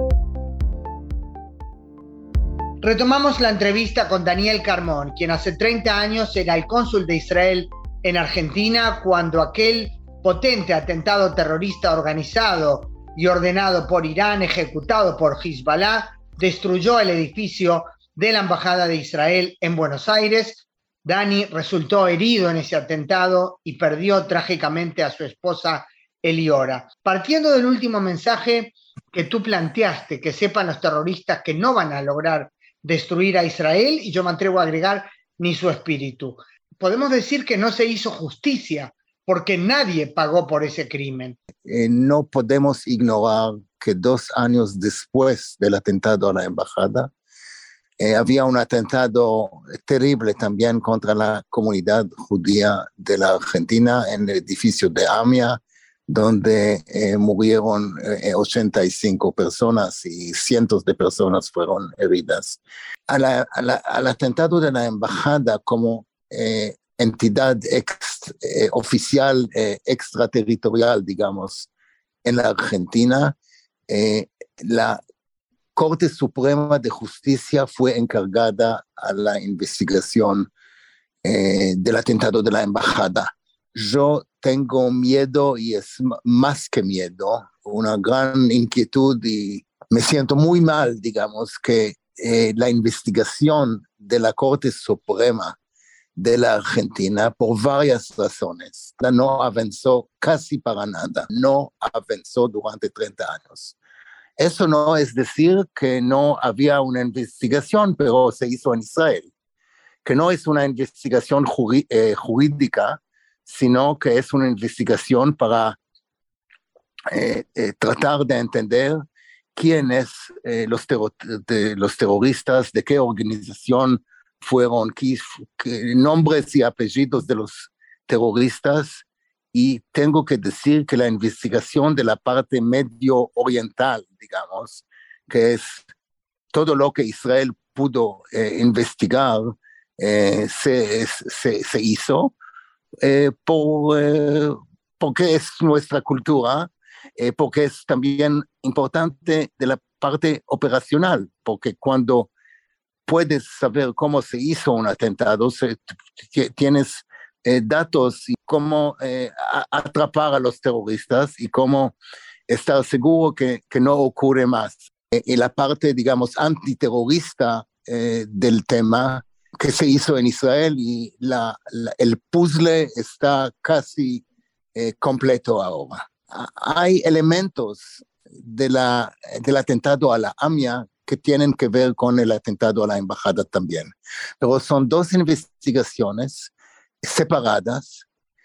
Retomamos la entrevista con Daniel Carmón, quien hace treinta años era el cónsul de Israel en Argentina cuando aquel potente atentado terrorista organizado y ordenado por Irán, ejecutado por Hezbollah, destruyó el edificio de la Embajada de Israel en Buenos Aires. Dani resultó herido en ese atentado y perdió trágicamente a su esposa Eliora. Partiendo del último mensaje que tú planteaste, que sepan los terroristas que no van a lograr destruir a Israel, y yo me atrevo a agregar ni su espíritu. Podemos decir que no se hizo justicia porque nadie pagó por ese crimen. Eh, no podemos ignorar que dos años después del atentado a la embajada, Eh, había un atentado terrible también contra la comunidad judía de la Argentina en el edificio de AMIA, donde eh, murieron eh, ochenta y cinco personas y cientos de personas fueron heridas. A la, a la, al atentado de la embajada como eh, entidad ex, eh, oficial eh, extraterritorial, digamos, en la Argentina, eh, la Corte Suprema de Justicia fue encargada a la investigación eh, del atentado de la embajada. Yo tengo miedo, y es más que miedo, una gran inquietud, y me siento muy mal, digamos, que eh, la investigación de la Corte Suprema de la Argentina, por varias razones, no avanzó casi para nada, no avanzó durante treinta años. Eso no es decir que no había una investigación, pero se hizo en Israel, que no es una investigación juri, eh, jurídica, sino que es una investigación para eh, eh, tratar de entender quiénes eh, los, terror, de, los terroristas, de qué organización fueron, qué, qué nombres y apellidos de los terroristas. Y tengo que decir que la investigación de la parte medio oriental, digamos, que es todo lo que Israel pudo eh, investigar, eh, se, se, se hizo eh, por, eh, porque es nuestra cultura, eh, porque es también importante de la parte operacional, porque cuando puedes saber cómo se hizo un atentado, se, tienes Eh, datos y cómo eh, a, atrapar a los terroristas y cómo estar seguro que, que no ocurre más. Eh, y la parte, digamos, antiterrorista eh, del tema que se hizo en Israel, y la, la, el puzzle está casi eh, completo ahora. Hay elementos de la, del atentado a la AMIA que tienen que ver con el atentado a la embajada también. Pero son dos investigaciones separadas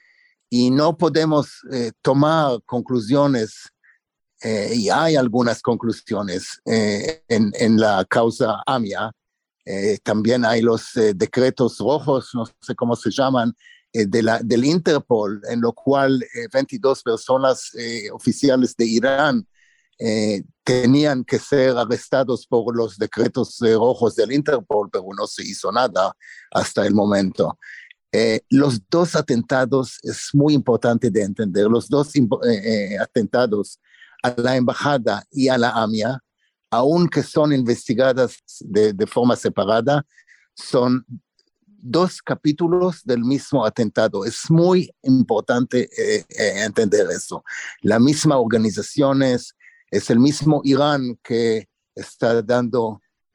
y no podemos eh, tomar conclusiones, eh, y hay algunas conclusiones eh, en, en la causa AMIA. Eh, también hay los eh, decretos rojos, no sé cómo se llaman, eh, de la, del Interpol, en lo cual eh, veintidós personas eh, oficiales de Irán eh, tenían que ser arrestados por los decretos eh, rojos del Interpol, pero no se hizo nada hasta el momento. Eh, los dos atentados es muy importante de entender. Los dos eh, eh, atentados a la embajada y a la AMIA, aunque son investigadas de, de forma separada, son dos capítulos del mismo atentado. Es muy importante eh, eh, entender eso. La misma organización es, es el mismo Irán que está dando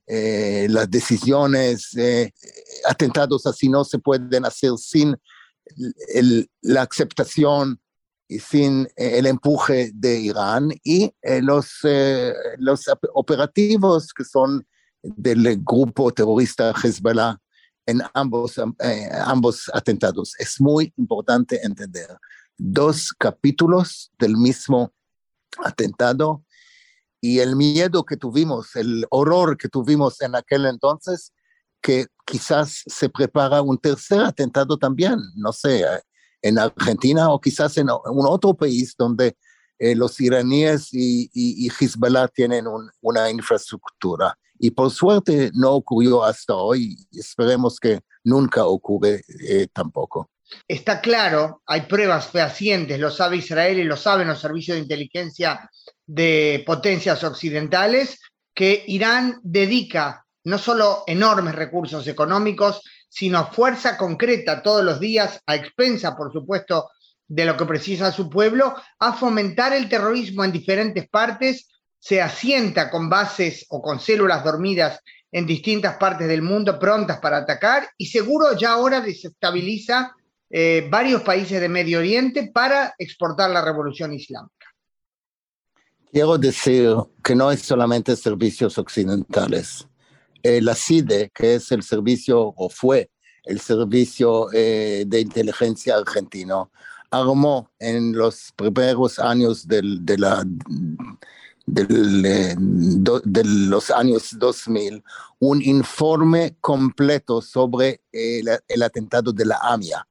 eh, las decisiones, eh, atentados así no se pueden hacer sin el, la aceptación y sin eh, el empuje de Irán, y eh, los, eh, los operativos que son del grupo terrorista Hezbollah en ambos, eh, ambos atentados. Es muy importante entender dos capítulos del mismo atentado, y el miedo que tuvimos, el horror que tuvimos en aquel entonces, que quizás se prepara un tercer atentado también, no sé, en Argentina o quizás en un otro país donde eh, los iraníes y, y, y Hezbollah tienen un, una infraestructura. Y por suerte no ocurrió hasta hoy, y esperemos que nunca ocurra eh, tampoco. Está claro, hay pruebas fehacientes, lo sabe Israel y lo saben los servicios de inteligencia de potencias occidentales, que Irán dedica no solo enormes recursos económicos, sino fuerza concreta todos los días, a expensa, por supuesto, de lo que precisa su pueblo, a fomentar el terrorismo en diferentes partes, se asienta con bases o con células dormidas en distintas partes del mundo prontas para atacar, y seguro ya ahora desestabiliza eh, varios países de Medio Oriente para exportar la revolución islámica. Quiero decir que no es solamente servicios occidentales. Eh, la C I D E, que es el servicio, o fue el servicio eh, de inteligencia argentino, armó en los primeros años del, de, la, del, eh, do, de los años dos mil un informe completo sobre el, el atentado de la AMIA,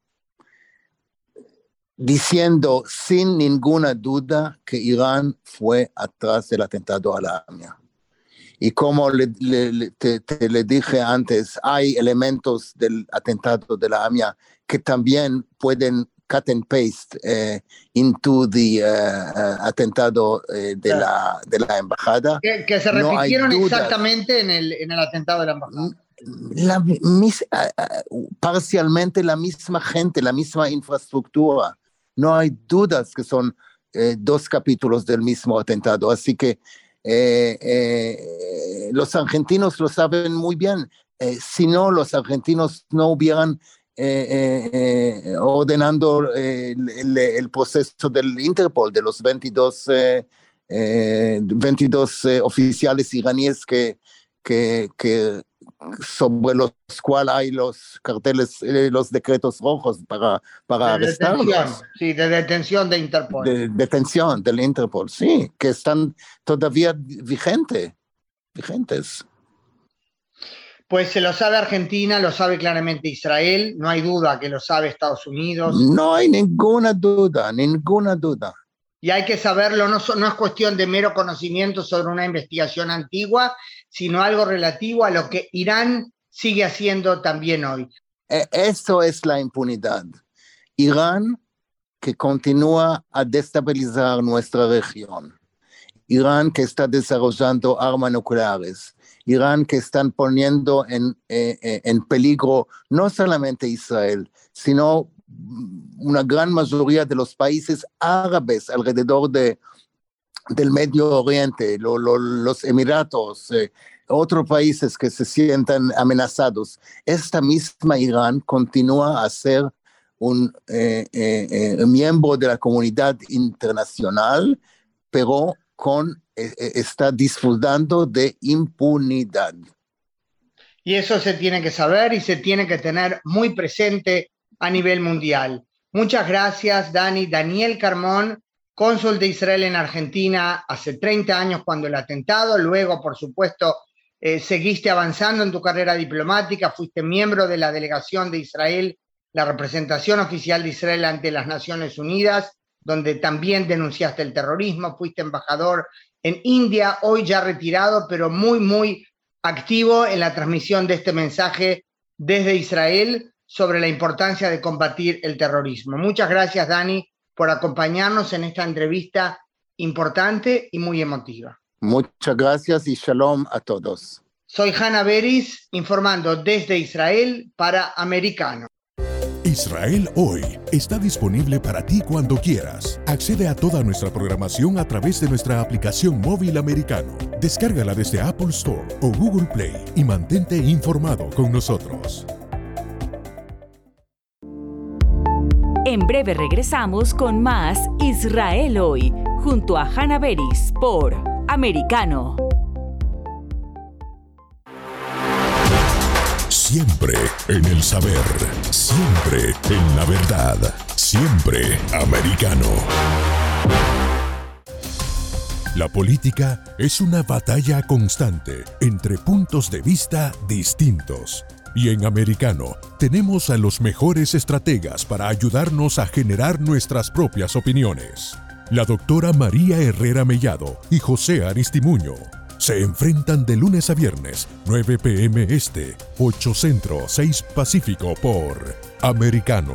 diciendo sin ninguna duda que Irán fue atrás del atentado a la AMIA. Y como le, le, te, te le dije antes, hay elementos del atentado de la AMIA que también pueden cut and paste eh, into the uh, uh, atentado eh, de, claro. la, de la embajada. Que, que se repitieron no exactamente en el, en el atentado de la embajada. La, mis, uh, parcialmente la misma gente, la misma infraestructura. No hay dudas que son eh, dos capítulos del mismo atentado. Así que Eh, eh, los argentinos lo saben muy bien. Eh, si no, los argentinos no hubieran eh, eh, eh, ordenando eh, el, el proceso del Interpol, de los veintidós, eh, eh, veintidós eh, oficiales iraníes que, que, que sobre los cuales hay los carteles, eh, los decretos rojos para, para de arrestarlos. Detención, sí, de detención de Interpol. De detención del Interpol, sí, que están todavía vigente, vigentes. Pues se lo sabe Argentina, lo sabe claramente Israel, no hay duda que lo sabe Estados Unidos. No hay ninguna duda, ninguna duda. Y hay que saberlo, no, no es cuestión de mero conocimiento sobre una investigación antigua, sino algo relativo a lo que Irán sigue haciendo también hoy. Eso es la impunidad. Irán, que continúa a destabilizar nuestra región. Irán, que está desarrollando armas nucleares. Irán, que están poniendo en, eh, en peligro no solamente Israel, sino una gran mayoría de los países árabes alrededor de, del Medio Oriente, lo, lo, los Emiratos, eh, otros países que se sientan amenazados. Esta misma Irán continúa a ser un eh, eh, eh, miembro de la comunidad internacional, pero con, eh, está disfrutando de impunidad. Y eso se tiene que saber y se tiene que tener muy presente a nivel mundial. Muchas gracias, Dani. Daniel Carmón, cónsul de Israel en Argentina hace treinta años cuando el atentado, luego, por supuesto, eh, seguiste avanzando en tu carrera diplomática, fuiste miembro de la delegación de Israel, la representación oficial de Israel ante las Naciones Unidas, donde también denunciaste el terrorismo, fuiste embajador en India, hoy ya retirado, pero muy, muy activo en la transmisión de este mensaje desde Israel sobre la importancia de combatir el terrorismo. Muchas gracias, Dani, por acompañarnos en esta entrevista importante y muy emotiva. Muchas gracias y shalom a todos. Soy Hannah Beris, informando desde Israel para Americano. Israel Hoy está disponible para ti cuando quieras. Accede a toda nuestra programación a través de nuestra aplicación móvil americano. Descárgala desde Apple Store o Google Play y mantente informado con nosotros. En breve regresamos con más Israel Hoy, junto a Hannah Beris por Americano. Siempre en el saber, siempre en la verdad, siempre americano. La política es una batalla constante entre puntos de vista distintos. Y en Americano tenemos a los mejores estrategas para ayudarnos a generar nuestras propias opiniones. La doctora María Herrera Mellado y José Aristimuño se enfrentan de lunes a viernes, nueve p m Este, ocho Centro, seis Pacífico por Americano.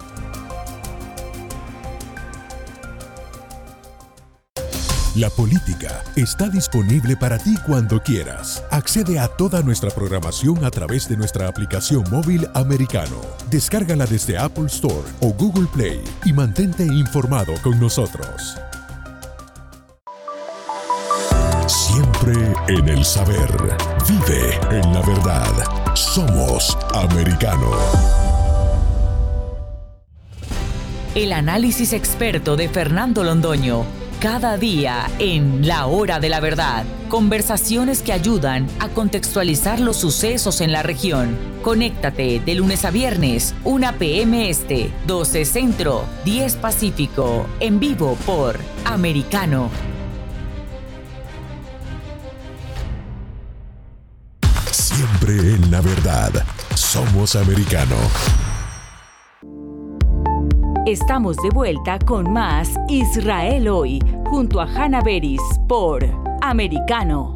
La política está disponible para ti cuando quieras. Accede a toda nuestra programación a través de nuestra aplicación móvil Americano. Descárgala desde Apple Store o Google Play y mantente informado con nosotros. Siempre en el saber. Vive en la verdad. Somos Americano. El análisis experto de Fernando Londoño. Cada día en La Hora de la Verdad. Conversaciones que ayudan a contextualizar los sucesos en la región. Conéctate de lunes a viernes, una p m Este, doce Centro, diez Pacífico. En vivo por Americano. Siempre en la verdad. Somos Americano. Estamos de vuelta con más Israel Hoy, junto a Hannah Beris por Americano.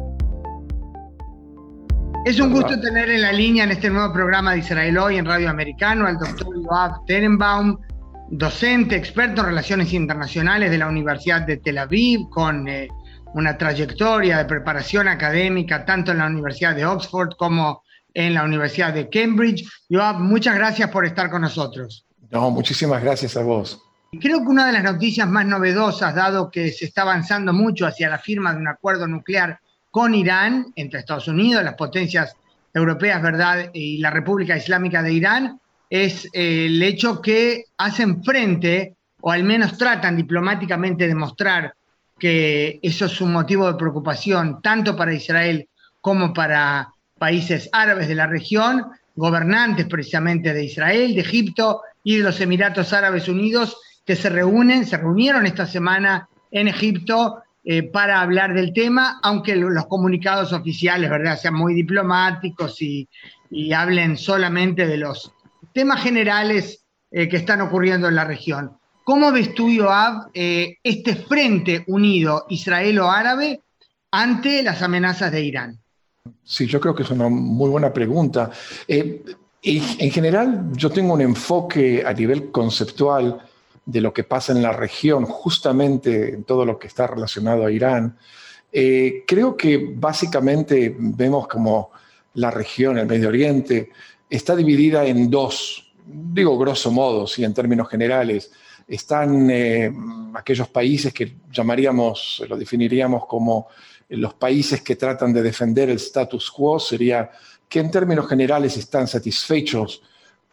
Es un gusto tener en la línea en este nuevo programa de Israel Hoy en Radio Americano al doctor Yoav Tenenbaum, docente, experto en relaciones internacionales de la Universidad de Tel Aviv, con eh, una trayectoria de preparación académica tanto en la Universidad de Oxford como en la Universidad de Cambridge. Yoav, muchas gracias por estar con nosotros. No, muchísimas gracias a vos. Creo que una de las noticias más novedosas, dado que se está avanzando mucho hacia la firma de un acuerdo nuclear con Irán, entre Estados Unidos, las potencias europeas, ¿verdad?, y la República Islámica de Irán, es eh, el hecho que hacen frente, o al menos tratan diplomáticamente de mostrar que eso es un motivo de preocupación tanto para Israel como para países árabes de la región, gobernantes precisamente de Israel, de Egipto y de los Emiratos Árabes Unidos, que se reúnen, se reunieron esta semana en Egipto eh, para hablar del tema, aunque los comunicados oficiales, ¿verdad?, sean muy diplomáticos y, y hablen solamente de los temas generales eh, que están ocurriendo en la región. ¿Cómo ves tú, Yoav, eh, este frente unido israelo-árabe ante las amenazas de Irán? Sí, yo creo que es una muy buena pregunta. Eh, en general, yo tengo un enfoque a nivel conceptual de lo que pasa en la región, justamente en todo lo que está relacionado a Irán. Eh, creo que básicamente vemos como la región, el Medio Oriente, está dividida en dos, digo grosso modo, sí, en términos generales. Están eh, aquellos países que llamaríamos, lo definiríamos como los países que tratan de defender el status quo, sería que en términos generales están satisfechos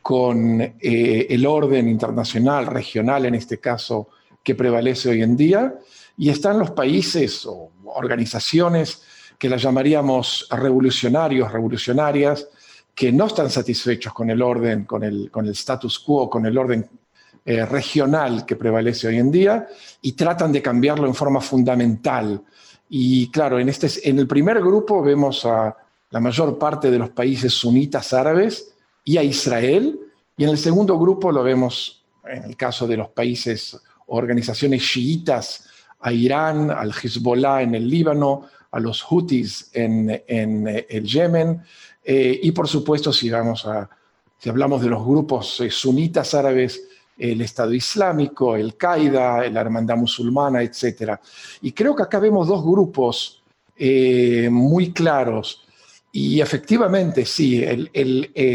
con eh, el orden internacional, regional en este caso, que prevalece hoy en día, y están los países o organizaciones que las llamaríamos revolucionarios, revolucionarias, que no están satisfechos con el orden, con el, con el status quo, con el orden eh, regional que prevalece hoy en día, y tratan de cambiarlo en forma fundamental. Y claro, en, este, en el primer grupo vemos a la mayor parte de los países sunitas árabes y a Israel, y en el segundo grupo lo vemos, en el caso de los países o organizaciones chiitas, a Irán, al Hezbollah en el Líbano, a los Houthis en, en el Yemen, eh, y por supuesto, si, vamos a, si hablamos de los grupos eh, sunitas árabes, el Estado Islámico, el Qaeda, la Hermandad Musulmana, etcétera. Y creo que acá vemos dos grupos eh, muy claros. Y efectivamente, sí, el, el, eh,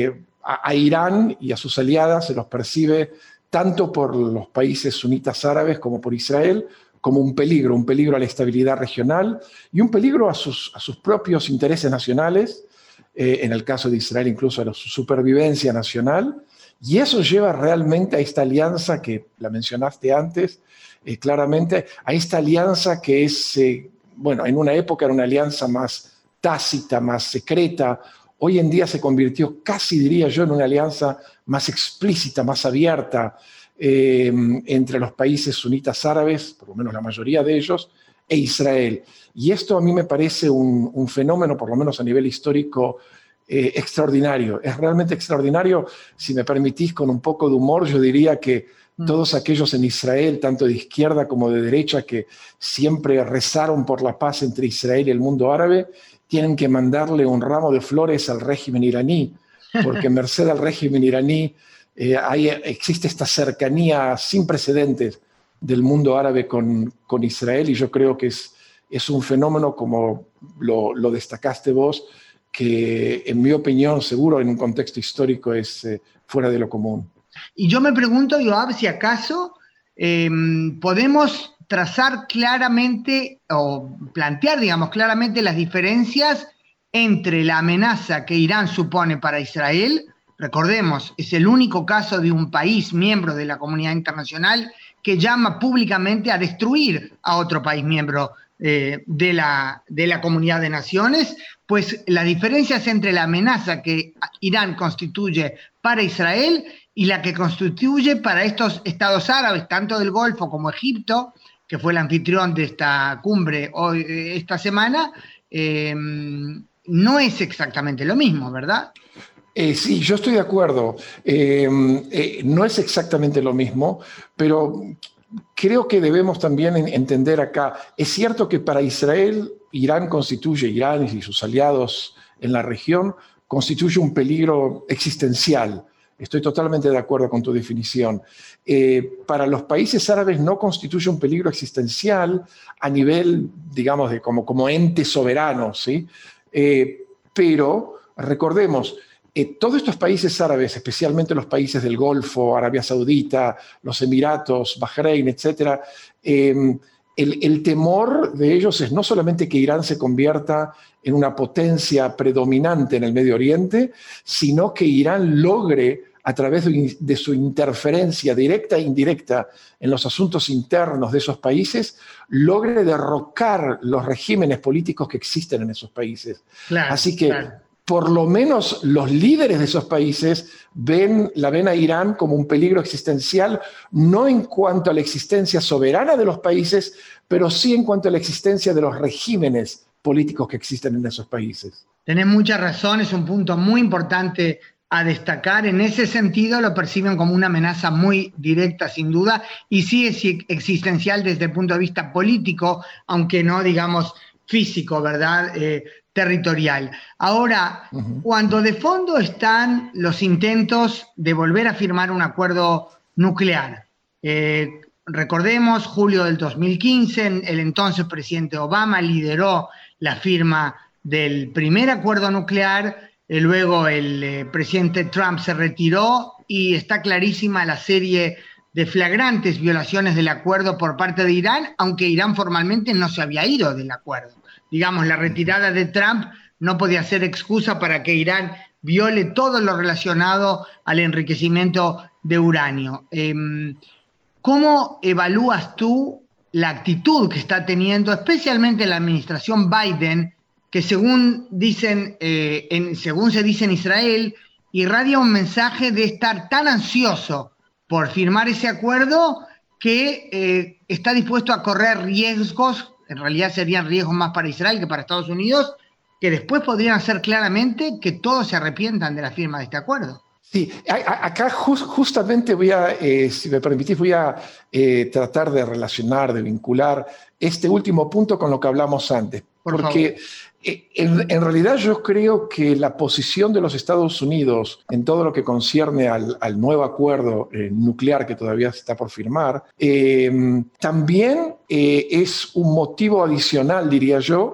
a, a Irán y a sus aliadas se los percibe tanto por los países sunitas árabes como por Israel como un peligro, un peligro a la estabilidad regional y un peligro a sus, a sus propios intereses nacionales, eh, en el caso de Israel incluso a su supervivencia nacional, y eso lleva realmente a esta alianza que la mencionaste antes, eh, claramente, a esta alianza que es, eh, bueno, en una época era una alianza más tácita, más secreta, hoy en día se convirtió casi, diría yo, en una alianza más explícita, más abierta, Eh, entre los países sunitas árabes, por lo menos la mayoría de ellos, e Israel. Y esto a mí me parece un, un fenómeno, por lo menos a nivel histórico, eh, extraordinario. Es realmente extraordinario. Si me permitís, con un poco de humor, yo diría que todos aquellos en Israel, tanto de izquierda como de derecha, que siempre rezaron por la paz entre Israel y el mundo árabe, tienen que mandarle un ramo de flores al régimen iraní, porque merced al régimen iraní, Eh, hay, existe esta cercanía sin precedentes del mundo árabe con, con Israel, y yo creo que es, es un fenómeno, como lo, lo destacaste vos, que en mi opinión, seguro en un contexto histórico es eh, fuera de lo común. Y yo me pregunto, Yoav, si acaso eh, podemos trazar claramente o plantear, digamos, claramente las diferencias entre la amenaza que Irán supone para Israel. Recordemos, es el único caso de un país miembro de la comunidad internacional que llama públicamente a destruir a otro país miembro eh, de, la, de la comunidad de naciones, pues las diferencias entre la amenaza que Irán constituye para Israel y la que constituye para estos estados árabes, tanto del Golfo como Egipto, que fue el anfitrión de esta cumbre hoy, esta semana, eh, no es exactamente lo mismo, ¿verdad? Eh, sí, yo estoy de acuerdo. Eh, eh, no es exactamente lo mismo, pero creo que debemos también entender acá. Es cierto que para Israel, Irán constituye, Irán y sus aliados en la región, constituye un peligro existencial. Estoy totalmente de acuerdo con tu definición. Eh, para los países árabes no constituye un peligro existencial a nivel, digamos, de como, como ente soberano, ¿sí? Eh, pero recordemos, Eh, todos estos países árabes, especialmente los países del Golfo, Arabia Saudita, los Emiratos, Bahrein, etcétera, eh, el, el temor de ellos es no solamente que Irán se convierta en una potencia predominante en el Medio Oriente, sino que Irán logre, a través de, de su interferencia directa e indirecta en los asuntos internos de esos países, logre derrocar los regímenes políticos que existen en esos países. Claro, Así que claro. Por lo menos los líderes de esos países ven, la ven a Irán como un peligro existencial, no en cuanto a la existencia soberana de los países, pero sí en cuanto a la existencia de los regímenes políticos que existen en esos países. Tenés mucha razón, es un punto muy importante a destacar. En ese sentido lo perciben como una amenaza muy directa, sin duda, y sí es existencial desde el punto de vista político, aunque no, digamos, físico, ¿verdad?, eh, territorial. Ahora, uh-huh. cuando de fondo están los intentos de volver a firmar un acuerdo nuclear, eh, recordemos, julio del dos mil quince, el entonces presidente Obama lideró la firma del primer acuerdo nuclear, eh, luego el eh, presidente Trump se retiró y está clarísima la serie de flagrantes violaciones del acuerdo por parte de Irán, aunque Irán formalmente no se había ido del acuerdo. Digamos, la retirada de Trump no podía ser excusa para que Irán viole todo lo relacionado al enriquecimiento de uranio. Eh, ¿Cómo evalúas tú la actitud que está teniendo, especialmente la administración Biden, que según, dicen, eh, en, según se dice en Israel, irradia un mensaje de estar tan ansioso por firmar ese acuerdo que eh, está dispuesto a correr riesgos, en realidad serían riesgos más para Israel que para Estados Unidos, que después podrían hacer claramente que todos se arrepientan de la firma de este acuerdo? Sí, acá just, justamente voy a, eh, si me permitís, voy a eh, tratar de relacionar, de vincular este último punto con lo que hablamos antes. Por porque eh, en, en realidad yo creo que la posición de los Estados Unidos en todo lo que concierne al, al nuevo acuerdo eh, nuclear que todavía está por firmar, eh, también eh, es un motivo adicional, diría yo,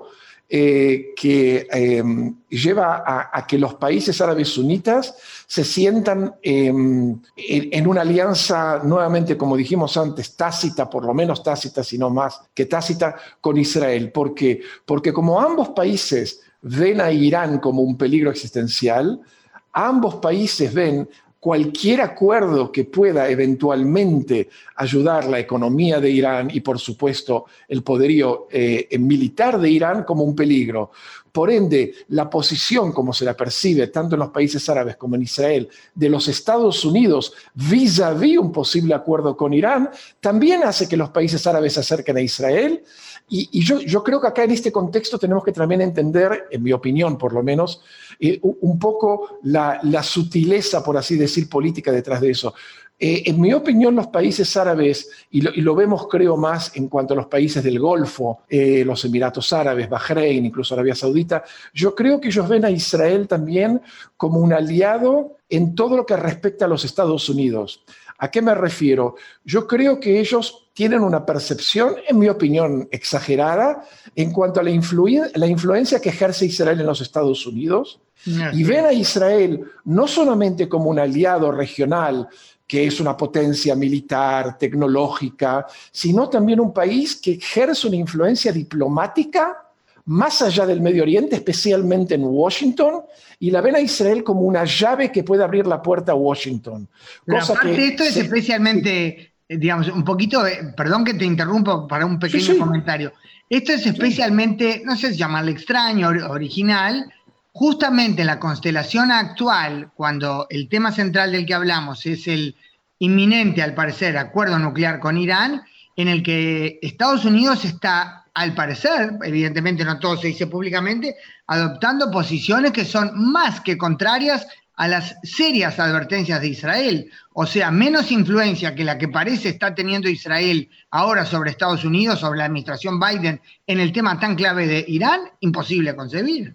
eh, que eh, lleva a, a que los países árabes sunitas se sientan eh, en, en una alianza, nuevamente, como dijimos antes, tácita, por lo menos tácita, sino más que tácita, con Israel. ¿Por qué? Porque como ambos países ven a Irán como un peligro existencial, ambos países ven cualquier acuerdo que pueda eventualmente ayudar la economía de Irán y, por supuesto, el poderío eh, militar de Irán como un peligro. Por ende, la posición, como se la percibe tanto en los países árabes como en Israel, de los Estados Unidos vis-à-vis un posible acuerdo con Irán, también hace que los países árabes se acerquen a Israel. Y, y yo, yo creo que acá en este contexto tenemos que también entender, en mi opinión por lo menos, eh, un poco la, la sutileza, por así decir, política detrás de eso. Eh, en mi opinión, los países árabes, y lo, y lo vemos creo más en cuanto a los países del Golfo, eh, los Emiratos Árabes, Bahrein, incluso Arabia Saudita, yo creo que ellos ven a Israel también como un aliado en todo lo que respecta a los Estados Unidos. ¿A qué me refiero? Yo creo que ellos tienen una percepción, en mi opinión, exagerada en cuanto a la, influ- la influencia que ejerce Israel en los Estados Unidos, y ven a Israel no solamente como un aliado regional, que es una potencia militar, tecnológica, sino también un país que ejerce una influencia diplomática más allá del Medio Oriente, especialmente en Washington, y la ven a Israel como una llave que puede abrir la puerta a Washington. Pero Cosa aparte que esto es se, especialmente, sí. digamos, un poquito, eh, perdón que te interrumpo para un pequeño sí, sí. comentario. Esto es especialmente, sí. no sé si llamarle extraño, or, original, justamente en la constelación actual, cuando el tema central del que hablamos es el inminente, al parecer, acuerdo nuclear con Irán, en el que Estados Unidos está, al parecer, evidentemente no todo se dice públicamente, adoptando posiciones que son más que contrarias a las serias advertencias de Israel. O sea, menos influencia que la que parece está teniendo Israel ahora sobre Estados Unidos, sobre la administración Biden, en el tema tan clave de Irán, imposible concebir.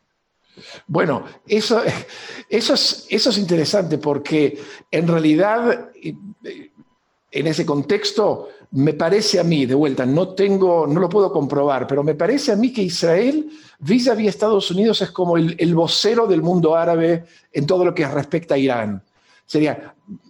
Bueno, eso, eso, es, eso es interesante porque en realidad en ese contexto me parece a mí, de vuelta, no tengo, no lo puedo comprobar, pero me parece a mí que Israel vis-à-vis Estados Unidos es como el, el vocero del mundo árabe en todo lo que respecta a Irán. Sería,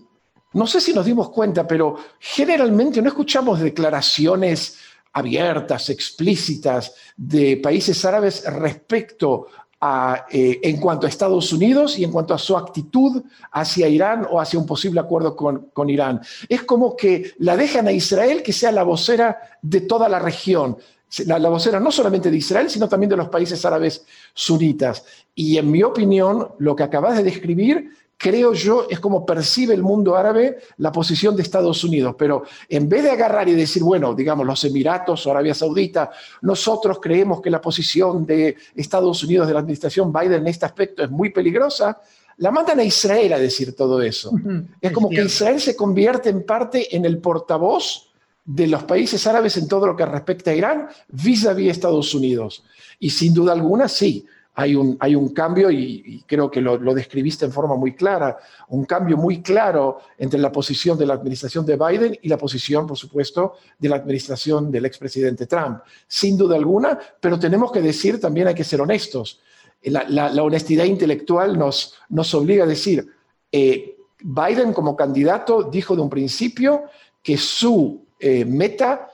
no sé si nos dimos cuenta, pero generalmente no escuchamos declaraciones abiertas, explícitas de países árabes respecto A, eh, en cuanto a Estados Unidos y en cuanto a su actitud hacia Irán o hacia un posible acuerdo con, con Irán. Es como que la dejan a Israel que sea la vocera de toda la región, la, la vocera no solamente de Israel, sino también de los países árabes sunitas. Y en mi opinión, lo que acabas de describir, creo yo, es como percibe el mundo árabe la posición de Estados Unidos. Pero en vez de agarrar y decir, bueno, digamos, los Emiratos o Arabia Saudita, nosotros creemos que la posición de Estados Unidos, de la administración Biden en este aspecto es muy peligrosa, la mandan a Israel a decir todo eso. Uh-huh. Es como es que Israel se convierte en parte en el portavoz de los países árabes en todo lo que respecta a Irán, vis-à-vis Estados Unidos. Y sin duda alguna, sí. Hay un, hay un cambio, y, y creo que lo, lo describiste en forma muy clara, un cambio muy claro entre la posición de la administración de Biden y la posición, por supuesto, de la administración del expresidente Trump. Sin duda alguna, pero tenemos que decir, también hay que ser honestos. La, la, la honestidad intelectual nos, nos obliga a decir, eh, Biden como candidato dijo de un principio que su eh, meta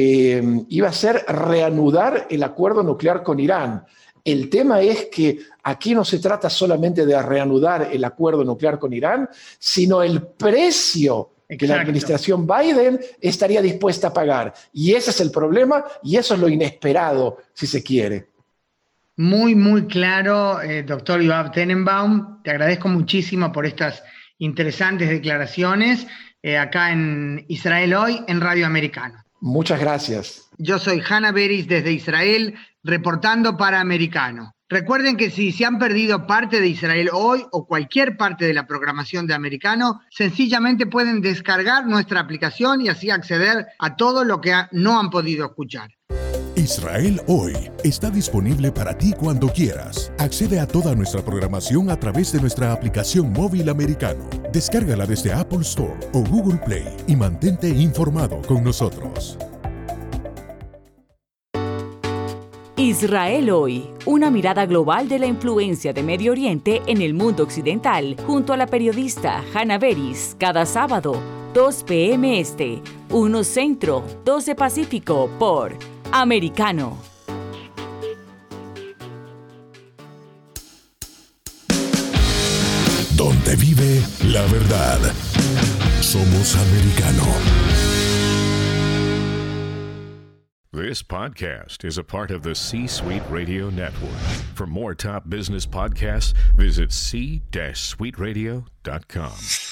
eh, iba a ser reanudar el acuerdo nuclear con Irán. El tema es que aquí no se trata solamente de reanudar el acuerdo nuclear con Irán, sino el precio Exacto. que la administración Biden estaría dispuesta a pagar. Y ese es el problema y eso es lo inesperado, si se quiere. Muy, muy claro, eh, doctor Yoav Tenenbaum. Te agradezco muchísimo por estas interesantes declaraciones eh, acá en Israel Hoy, en Radio Americano. Muchas gracias. Yo soy Hannah Beris desde Israel, reportando para Americano. Recuerden que si se han perdido parte de Israel Hoy o cualquier parte de la programación de Americano, sencillamente pueden descargar nuestra aplicación y así acceder a todo lo que no han podido escuchar. Israel Hoy está disponible para ti cuando quieras. Accede a toda nuestra programación a través de nuestra aplicación móvil Americano. Descárgala desde Apple Store o Google Play y mantente informado con nosotros. Israel hoy, una mirada global de la influencia de Medio Oriente en el mundo occidental, junto a la periodista Hannah Beris, cada sábado, dos p m este, uno centro, doce pacífico, por Americano. Donde vive la verdad. Somos Americano. This podcast is a part of the C-Suite Radio Network. For more top business podcasts, visit c suite radio dot com.